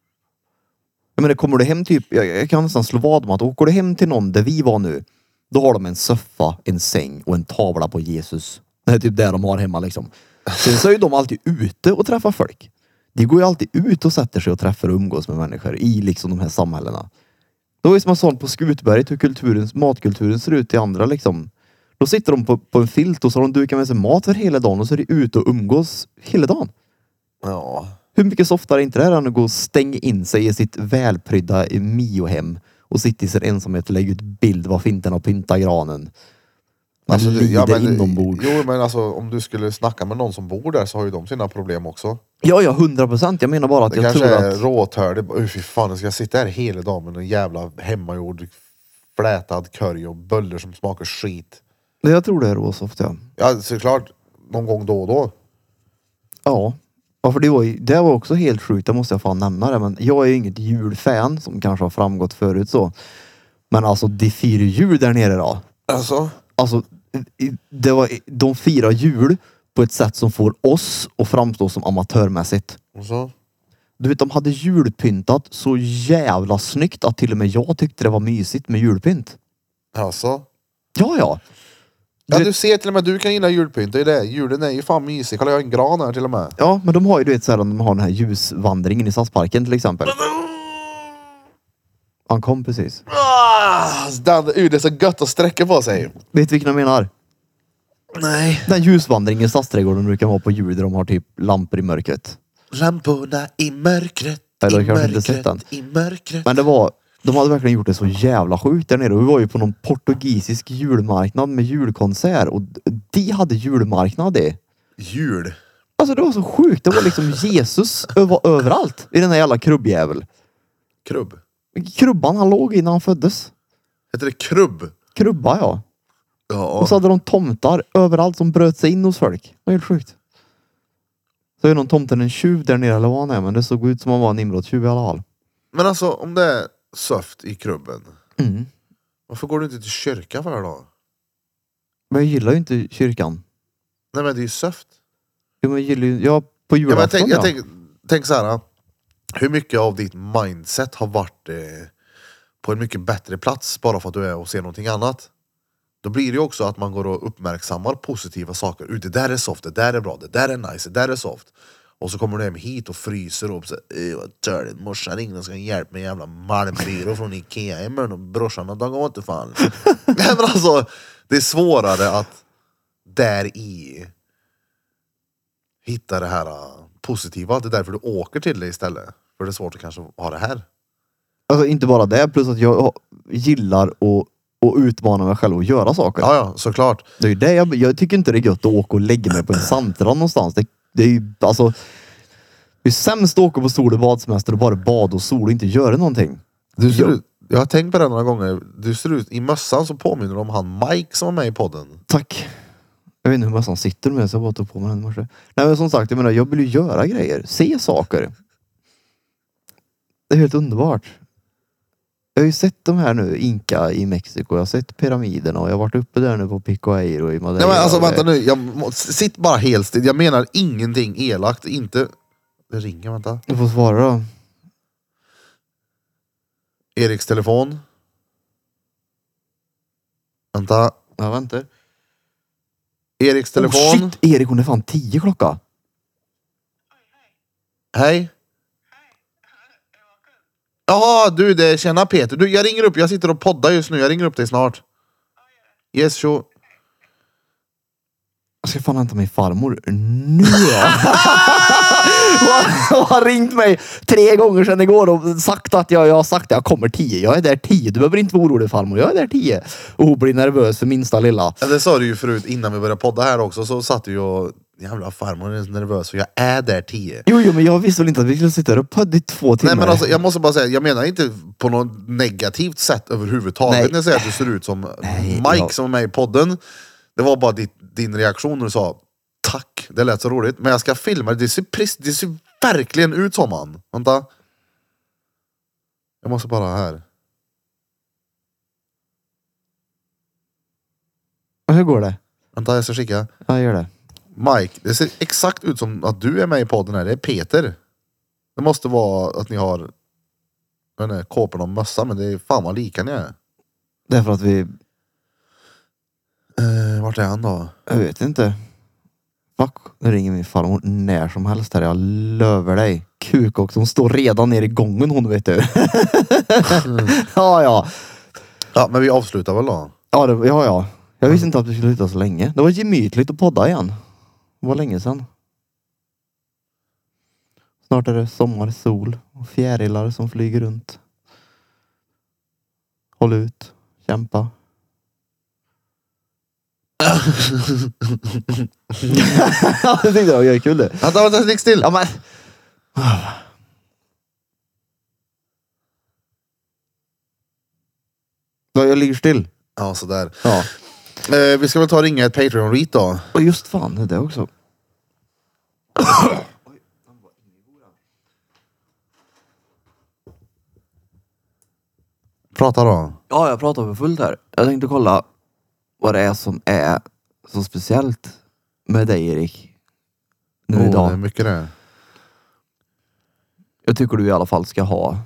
Jag menar, kommer du hem typ... Jag, jag kan nästan slå vad om att åker du hem till någon där vi var nu. Då har de en soffa, en säng och en tavla på Jesus. Det är typ det de har hemma liksom. Sen så är ju de alltid ute och träffar folk. De går ju alltid ut och sätter sig och träffar och umgås med människor i liksom de här samhällena. Då är det som man sa på Skutberget hur kulturens, matkulturen ser ut i andra liksom. Då sitter de på, på en filt och så har de dukat med sig mat för hela dagen och så är de ute och umgås hela dagen. Ja. Hur mycket softare är inte det här än att gå och stänga in sig i sitt välprydda Mio-hem och sitta i sin ensamhet och lägga ut bild vad finten och pynta granen. Man Alltså, du- lider ja, men, inombords. jo men alltså om du skulle snacka med någon som bor där så har ju de sina problem också. Ja, ja, hundra procent. Jag menar bara att Det jag kanske tror är att... råtördigt. Uy fy fan, jag ska sitta här hela dagen med en jävla hemmagjord flätad curry och bullar som smakar skit. Jag tror det är råsoft, ja. Ja såklart, någon gång då och då. Ja. Ja, för det var, ju, det var också helt sjukt, det måste jag fan nämna det. Men jag är ju inget julfan, som kanske har framgått förut så. Men alltså, de firar jul där nere då. Alltså? Alltså, i- det var, de firar jul på ett sätt som får oss att framstå som amatörmässigt. Och så? Du vet, de hade julpyntat så jävla snyggt att till och med jag tyckte det var mysigt med julpynt. Alltså? Ja, ja. Ja Du- du ser till och med, du kan gilla julpynt, det är det. Julen är ju fan mysig. Kolla jag har en gran här till och med. Ja, men de har ju du vet så här, de har den här ljusvandringen i Stadsparken till exempel. Han kom precis. Ah, den, uh, det är så gött att sträcka på sig. Vet du vilken jag menar? Nej. Den ljusvandringen i Stadsträdgården brukar vara på jul där de har typ lampor i mörkret. Lamporna i mörkret, Eller i jag kanske inte sett den. mörkret, i mörkret. Men det var, de hade verkligen gjort det så jävla sjukt där nere. Och vi var ju på någon portugisisk julmarknad med julkonsert. Och de hade julmarknad det. Jul. Alltså det var så sjukt. Det var liksom Jesus över, överallt i den här jävla krubbjävel. Krubb. Krubban han låg i när han föddes. Heter det krubb? Krubba ja. Ja. Och så hade de tomtar överallt som bröt sig in hos folk. Det var helt sjukt. Så är någon tomten en tjuv där nere eller vad han är. Men det såg ut som han var en inbrottstjuv i alla fall. Men alltså om det är söft i krubben. Mm. Varför går du inte till kyrkan för då? Men jag gillar ju inte kyrkan. Nej men det är ju söft. Jo, men jag gillar ju, ja Ja, på men julafton jag tänk, ja. jag tänk, tänk så här. Hur mycket av ditt mindset har varit eh, på en mycket bättre plats bara för att du är och ser någonting annat? då blir det ju också att man går och uppmärksammar positiva saker. Ut, det där är soft, det där är bra, det där är nice, det där är soft. Och så kommer du hem hit och fryser upp så här, vad törligt, morsan ringde och ska hjälpa med en jävla malmbyrå från Ikea i mun och brorsan och de går inte fan. Nej, men alltså, det är svårare att där i hitta det här positiva. Det är därför du åker till det istället. För det är svårt att kanske ha det här. Alltså inte bara det, plus att jag gillar att, att utmana mig själv och göra saker. Ja, ja, såklart. Det är ju det, jag, jag tycker inte det är gött att åka och lägga mig på en sandstrand någonstans. Det, det är ju alltså, det är sämst att åka på sol och badsemester och bara bada och sol och inte göra någonting. Du ser jag, ut, jag har tänkt på det några gånger. Du ser ut, i mössan så påminner du om han Mike som var med i podden. Tack. Jag vet inte hur mössan sitter med så jag bara tog på mig den i morse. Nej men som sagt, jag menar, jag vill ju göra grejer. Se saker. Det är helt underbart. Jag har ju sett de här nu, Inka i Mexiko. Jag har sett pyramiderna och jag har varit uppe där nu på Picoeiro i Madeira. Nej men alltså vänta nu, jag må, sitt bara helt still. Jag menar ingenting elakt, inte... Det ringer, vänta. Du får svara då. Eriks telefon. Vänta. Ja, vänta. Eriks telefon. Oh shit, Erik, hon är fan tio klocka. Hej. Jaha, du, det tjena Peter. Du, jag ringer upp, jag sitter och poddar just nu. Jag ringer upp dig snart. Yes, show. Jag ska fan hämta min farmor nu. Hon har ringt mig tre gånger sedan igår och sagt att jag, jag har sagt att jag kommer tio. Jag är där tio. Du behöver inte vara orolig farmor. Jag är där tio. Och hon blir nervös för minsta lilla. Ja, det sa du ju förut innan vi började podda här också. Så satt du ju och... Jävla farmor är så nervös för jag är där tio. Jo, jo, men jag visste väl inte att vi skulle sitta där och podda i två timmar. Nej, men alltså, jag måste bara säga, jag menar inte på något negativt sätt överhuvudtaget. Nej. När jag säger att du ser ut som Nej, Mike ja. som är med i podden. Det var bara ditt, din reaktion när du sa tack, det lät så roligt. Men jag ska filma det, det ser, precis, det ser verkligen ut som han. Vänta. Jag måste bara här. Hur går det? Vänta, jag ska skicka. Ja, gör det. Mike, det ser exakt ut som att du är med i podden här. Det är Peter. Det måste vara att ni har jag vet inte, kåporna och mössa, men det är fan vad lika ni är. Det är för att vi... Eh, vart är han då? Jag vet inte. Fuck, nu ringer min farmor när som helst här. Jag löver dig. Kuk också. Hon står redan ner i gången, hon vet du. Mm. Ja, ja. Ja, men vi avslutar väl då? Ja, det, ja, ja. Jag visste inte att vi skulle sluta så länge. Det var gemytligt att podda igen. Det var länge sedan. Snart är det sommar, sol och fjärilar som flyger runt. Håll ut. Kämpa. Ja, det tyckte jag var kul det. Vänta, vänta, ligg still! Ja, men... Ja, jag ligger still. Ja, sådär. Ja. Eh, vi ska väl ta och ringa ett Patreon-read då. Och just fan, det är det också. Prata då. Ja, jag pratar för fullt här. Jag tänkte kolla vad det är som är så speciellt med dig, Erik. Nu Oh, idag. det är mycket det. Jag tycker du i alla fall ska ha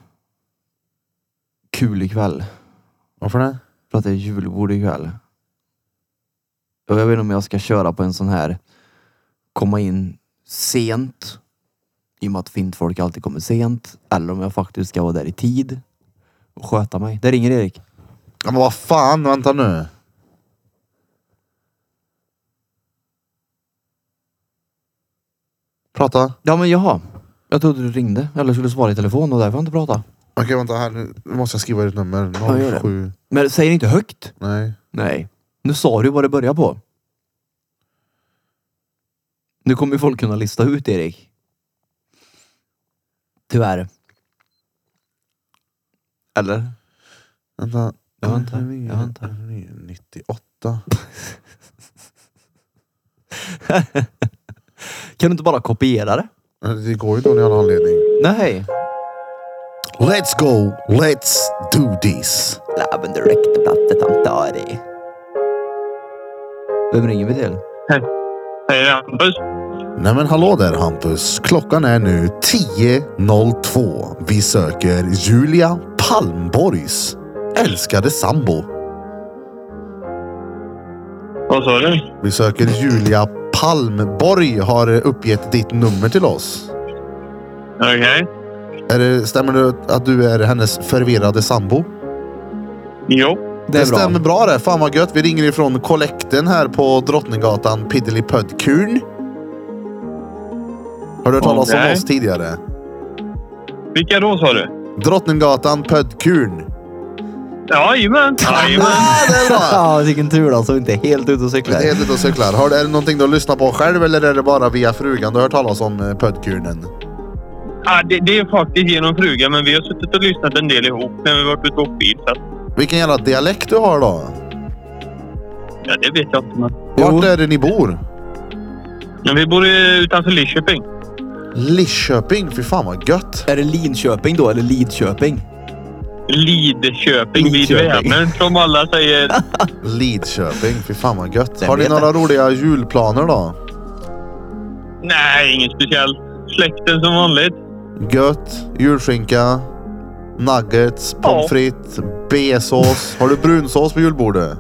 kul ikväll. Varför det? För att det är julbord ikväll. Och jag vet inte om jag ska köra på en sån här komma in sent. I och med att fint folk alltid kommer sent. Eller om jag faktiskt ska vara där i tid. Och sköta mig. Det ringer Erik. Ja, men vad fan, vänta nu. Prata. Ja, men jaha. Jag trodde du ringde. Eller skulle svara i telefon och därför jag inte prata. Okej, vänta här. Nu måste jag skriva ditt nummer. Ja, gör det. noll sju. Men säg inte högt. Nej. Nej. Nu sa du vad det börjar på. Nu kommer ju folk kunna lista ut, Erik. Tyvärr. Eller? Vänta. Jag väntar, jag väntar. nittioåtta. Kan du inte bara kopiera det? Det går ju inte av någon anledning. Nej. Let's go. Let's do this. Laben direkt plattetantari. Vem ringer vi till? Hej. Hej, Hampus. Nej men hallå där Hampus. Klockan är nu tio noll två. Vi söker Julia Palmborgs älskade sambo. Vad sa du? Vi söker Julia Palmborg. Har uppgett ditt nummer till oss. Okej. Okay. Är det, stämmer det att du är hennes förvirrade sambo? Jo. Det, är det bra. stämmer bra det. Fan vad gött. Vi ringer ifrån kollekten här på Drottninggatan Piddelipödkurn. Har du hört talas om Okay. oss tidigare? Vilka då sa du? Drottninggatan Pödkurn. Jajamän. Jajamän. Ah, det är bra. Ja, vilken tur alltså. Inte helt ute och cyklar. Det är helt ute och cyklar. Har, är det någonting du har lyssnat på själv eller är det bara via frugan du har hört talas om eh, Pödkurnen? Ja, det, det är faktiskt genom frugan, men vi har suttit och lyssnat en del ihop när vi varit ute och åkt bil. Så att, Vilken jävla dialekt du har då? ja, det vet jag inte. Men, Vart är det ni bor? men vi bor i, utanför Lidköping. Lidköping, fy fan vad gött. Är det Linköping då eller Lidköping? Lidköping vid Lidköping. Vänern, som alla säger. Lidköping, fy fan vad gött. Det Har ni vet några jag. roliga julplaner då? Nej, ingen speciell. Släkten som vanligt. Gött, julskinka, nuggets, Ja. pommes frites, B-sås. Har du brunsås på julbordet?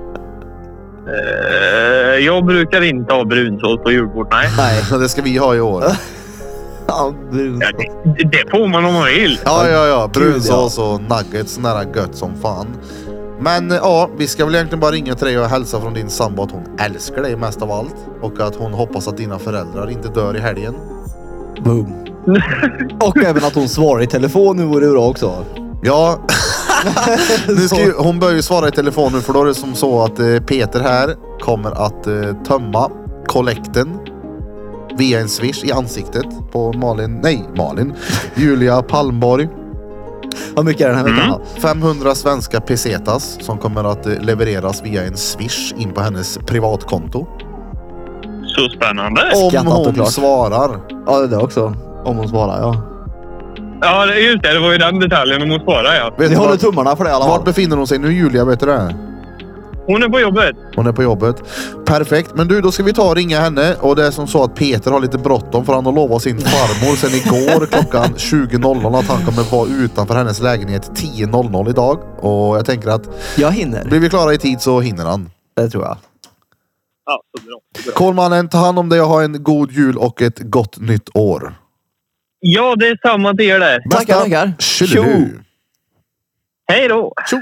Uh, jag brukar inte ha brunsås på julbord, nej. Nej. Det ska vi ha i år. Ja, brun. Ja, det, det får man om man vill. Ja, ja, ja. Gud, Brunsås och nuggets, nära gött som fan. Men ja, vi ska väl egentligen bara ringa till dig och hälsa från din sambo att hon älskar dig mest av allt. Och att hon hoppas att dina föräldrar inte dör i helgen. Boom. Och även att hon svarar i telefon nu vore det bra också. Ja, nu ska ju, hon börjar ju svara i telefon nu för då är det som så att eh, Peter här kommer att eh, tömma kollekten via en swish i ansiktet på Malin, nej Malin, Julia Palmborg. Hur mycket är den här veckan då? femhundra svenska pesetas som kommer att eh, levereras via en swish in på hennes privatkonto. Så spännande. Om Skattat och hon klart. svarar. Ja, det är det också. Om hon svarar, ja. Ja, det- just det. Det var ju den detaljen om hon svarade, ja. Vet Vi du håller vart, tummarna för det i alla vart fall. befinner hon sig nu Julia, vet du det? Hon är på jobbet. Hon är på jobbet. Perfekt. Men du, då ska vi ta och ringa henne. Och det är som så att Peter har lite bråttom för han har lovat sin farmor sen igår klockan tjugo noll noll att han kommer vara utanför hennes lägenhet tio noll noll idag. Och jag tänker att Jag hinner. blir vi klara i tid så hinner han. Det tror jag. Ja, så bra. Så bra. Kolmannen, ta hand om dig och ha en god jul och ett gott nytt år. Ja, det är samma till er där. Tackar, tackar. Tjolilu. Hej då! Tjo.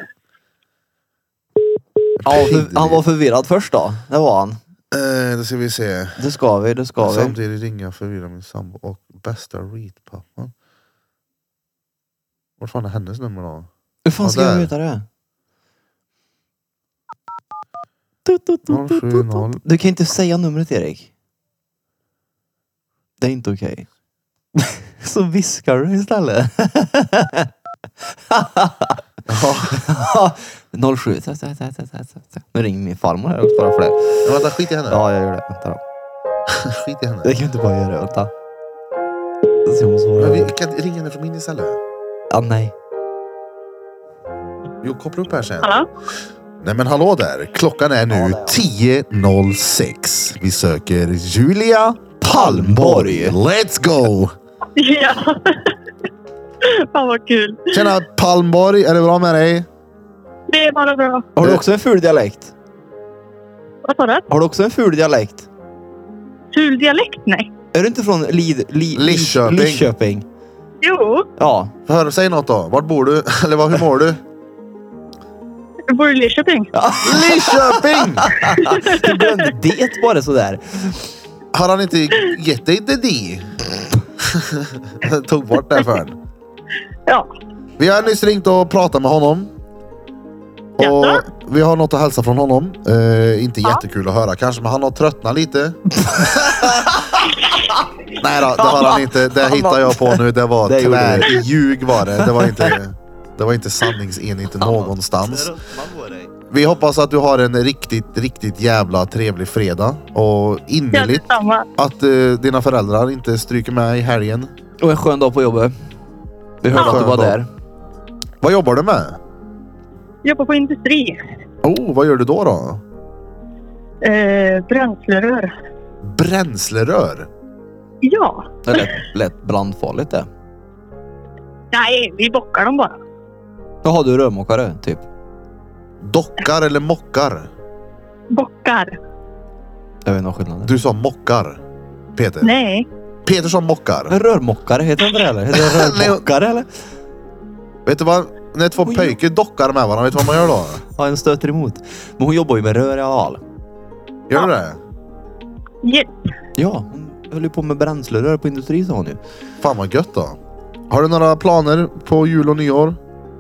Ja, för, han var förvirrad först då. Det var han. Eh, då ska vi se. Det ska vi, det ska vi. Samtidigt ringa och förvirra min sambo och bästa readpappan. Vart fan är hennes nummer då? Hur fan Ja, ska jag där. veta det? noll sju noll. Du kan inte säga numret, Erik. Det är inte okej. Så viskar du istället. noll sju. Nu ringer min farmor här också bara för det. Ja, vänta, skit i henne. Ja, jag gör det. Vänta då. Skit i henne. Det kan du inte bara göra. Vänta. Så hon svarar. Men vi kan ringa henne från min istället. Ja, nej. Jo, koppla upp här sen. Hallå? Nej men hallå där. Klockan är nu tio noll sex. Vi söker Julia Palmborg. Let's go! Ja. Fan vad kul. Tjena Palmborg, är det bra med dig? Det är bara bra. Har du också en ful dialekt? Vad sa du? Har du också en ful dialekt? Ful dialekt? Nej. Är du inte från Lid, Li, Lidköping. Lidköping? Jo, Ja. Får höra, säg något då. Vart bor du? Eller vad, hur mår du? jag bor i Lidköping. Lidköping! Du glömde det bara sådär. Har han inte gett dig det di? Tog bort det för en. Ja. Vi har nyss ringt och pratat med honom. Och Jaså? vi har något att hälsa från honom. Eh, inte Ja. jättekul att höra kanske, men han har tröttnat lite. Nej då, det har han inte. Det hittar jag på nu. Det var Det gjorde tvär ljug var det. Det var inte, det var inte sanningsenligt någonstans. Vi hoppas att du har en riktigt, riktigt jävla trevlig fredag. Och Ja, innerligt detsamma. att eh, dina föräldrar inte stryker med i helgen. Och en skön dag på jobbet. Vi hörde Ja. att du var Skön dag. där. Vad jobbar du med? Jobbar på industri. Oh, vad gör du då då? Eh, bränslerör. Bränslerör? Ja. Det är lätt, lätt brandfarligt det. Nej, vi bockar dem bara. Jaha, du är rörmokare typ. Dockar eller mockar? Bockar. Jag vet inte vad skillnaden är. Du sa mockar, Peter. Nej. Peter sa mockar. En rörmockare heter det inte det eller? Heter det rörmockare eller? Vet du vad? När två Oj. pojkar dockar med varandra, vet du vad man gör då? Ja, en stöter emot. Men hon jobbar ju med rör i alla fall. Gör du det? Yes. Ja, hon höll ju på med bränslerör på industri sa hon ju. Fan vad gött då. Har du några planer på jul och nyår?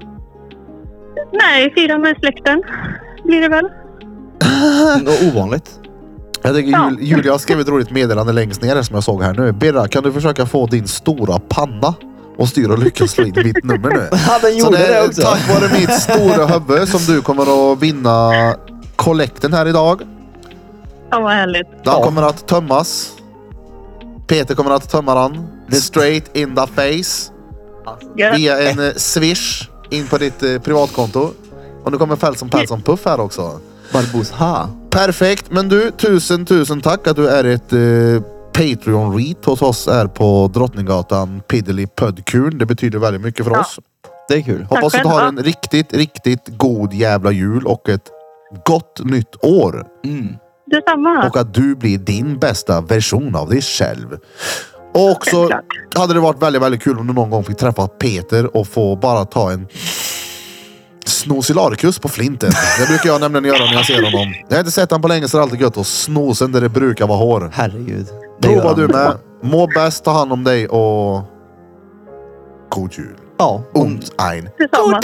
Nej, fira med släkten blir det väl. Något ovanligt. Jag tänker, Ja. Jul, Julia har skrivit ett roligt meddelande längst ner som jag såg här nu. Birra, kan du försöka få din stora panna och styra och lyckas slå in mitt nummer nu? Ja, den Så gjorde det det, är också. tack vare mitt stora huvud som du kommer att vinna kollekten här idag. Ja, vad härligt. Den Ja. kommer att tömmas. Peter kommer att tömma den. Straight in the face. Gör. Via en eh, swish in på ditt eh, privatkonto. Och nu kommer Felson Persson Puff här också. Barbos ha. Perfekt, men du, tusen tusen tack att du är ett eh, Patreon-reat hos oss här på Drottninggatan Piddly Pödkurn. Det betyder väldigt mycket för Ja. oss. Det är kul. Hoppas att du själva. har en riktigt, riktigt god jävla jul och ett gott nytt år. Mm. Detsamma. Och att du blir din bästa version av dig själv. Och också Självklart. hade det varit väldigt, väldigt kul om du någon gång fick träffa Peter och få bara ta en snosilarkus på flinten. Det brukar jag nämligen göra när jag ser honom. Jag har inte sett honom på länge så det är alltid gött att snosen där det brukar vara hår. Herregud. Det gör Prova han. du med. Må bäst, ta hand om dig och god jul. Ja. Und ein. Detsamma.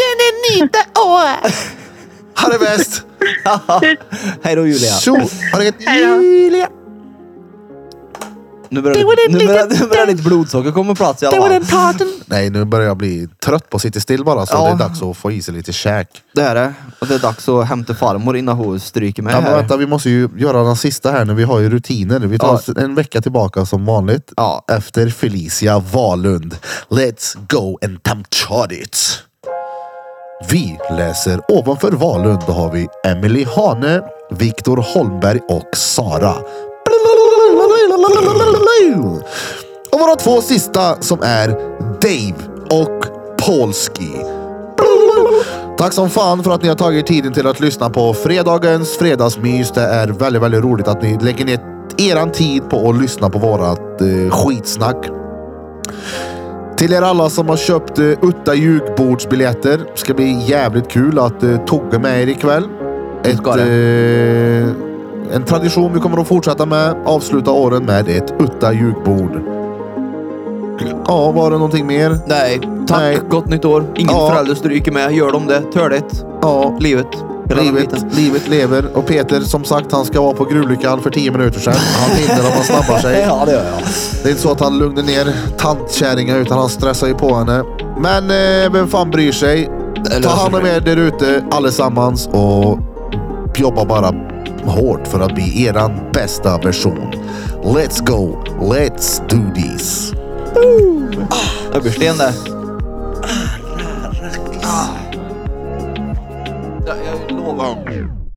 Ha det bäst! Hej då Julia. Tjo! Ha det gött! Hej då. Julia! Nu börjar, nu börjar, nu börjar ditt blodsocker komma på plats i alla fall. Nej, nu börjar jag bli trött på att sitta still bara så Ja. det är dags att få i sig lite käk. Det är det. Och det är dags att hämta farmor innan hon stryker med Ja, men här. vänta, vi måste ju göra den sista här nu. Vi har ju rutiner. Vi tar Ja. en vecka tillbaka som vanligt. Ja. Efter Felicia Wahlund. Let's go and tamchard it. Vi läser ovanför Wahlund. Då har vi Emily Hane, Viktor Holmberg och Sara. Och våra två sista som är Dave och Polski. Tack som fan för att ni har tagit tiden till att lyssna på fredagens fredagsmys. Det är väldigt, väldigt roligt att ni lägger ner eran tid på att lyssna på vårat eh, skitsnack. Till er alla som har köpt eh, utta ljugbordsbiljetter. Ska bli jävligt kul att eh, tugga med er ikväll. Ett, ska eh, en tradition vi kommer att fortsätta med. Avsluta åren med ett utta ljugbord. Ja, var det någonting mer? Nej, tack. Nej. Gott nytt år. Ingen Ja. förälder stryker med. Gör de det. Törligt. Ja, Livet. Hela den livet, biten. livet lever. Och Peter, som sagt, han ska vara på gruvlyckan för tio minuter sedan. Han hinner om han snabbar sig. Ja, det gör jag. Det är inte så att han lugnar ner tantkärringen utan han stressar ju på henne. Men eh, vem fan bryr sig? Ta hand om er där ute allesammans och jobba bara hårt för att bli eran bästa version. Let's go, let's do this. Öbersten där. Jag, jag lovar.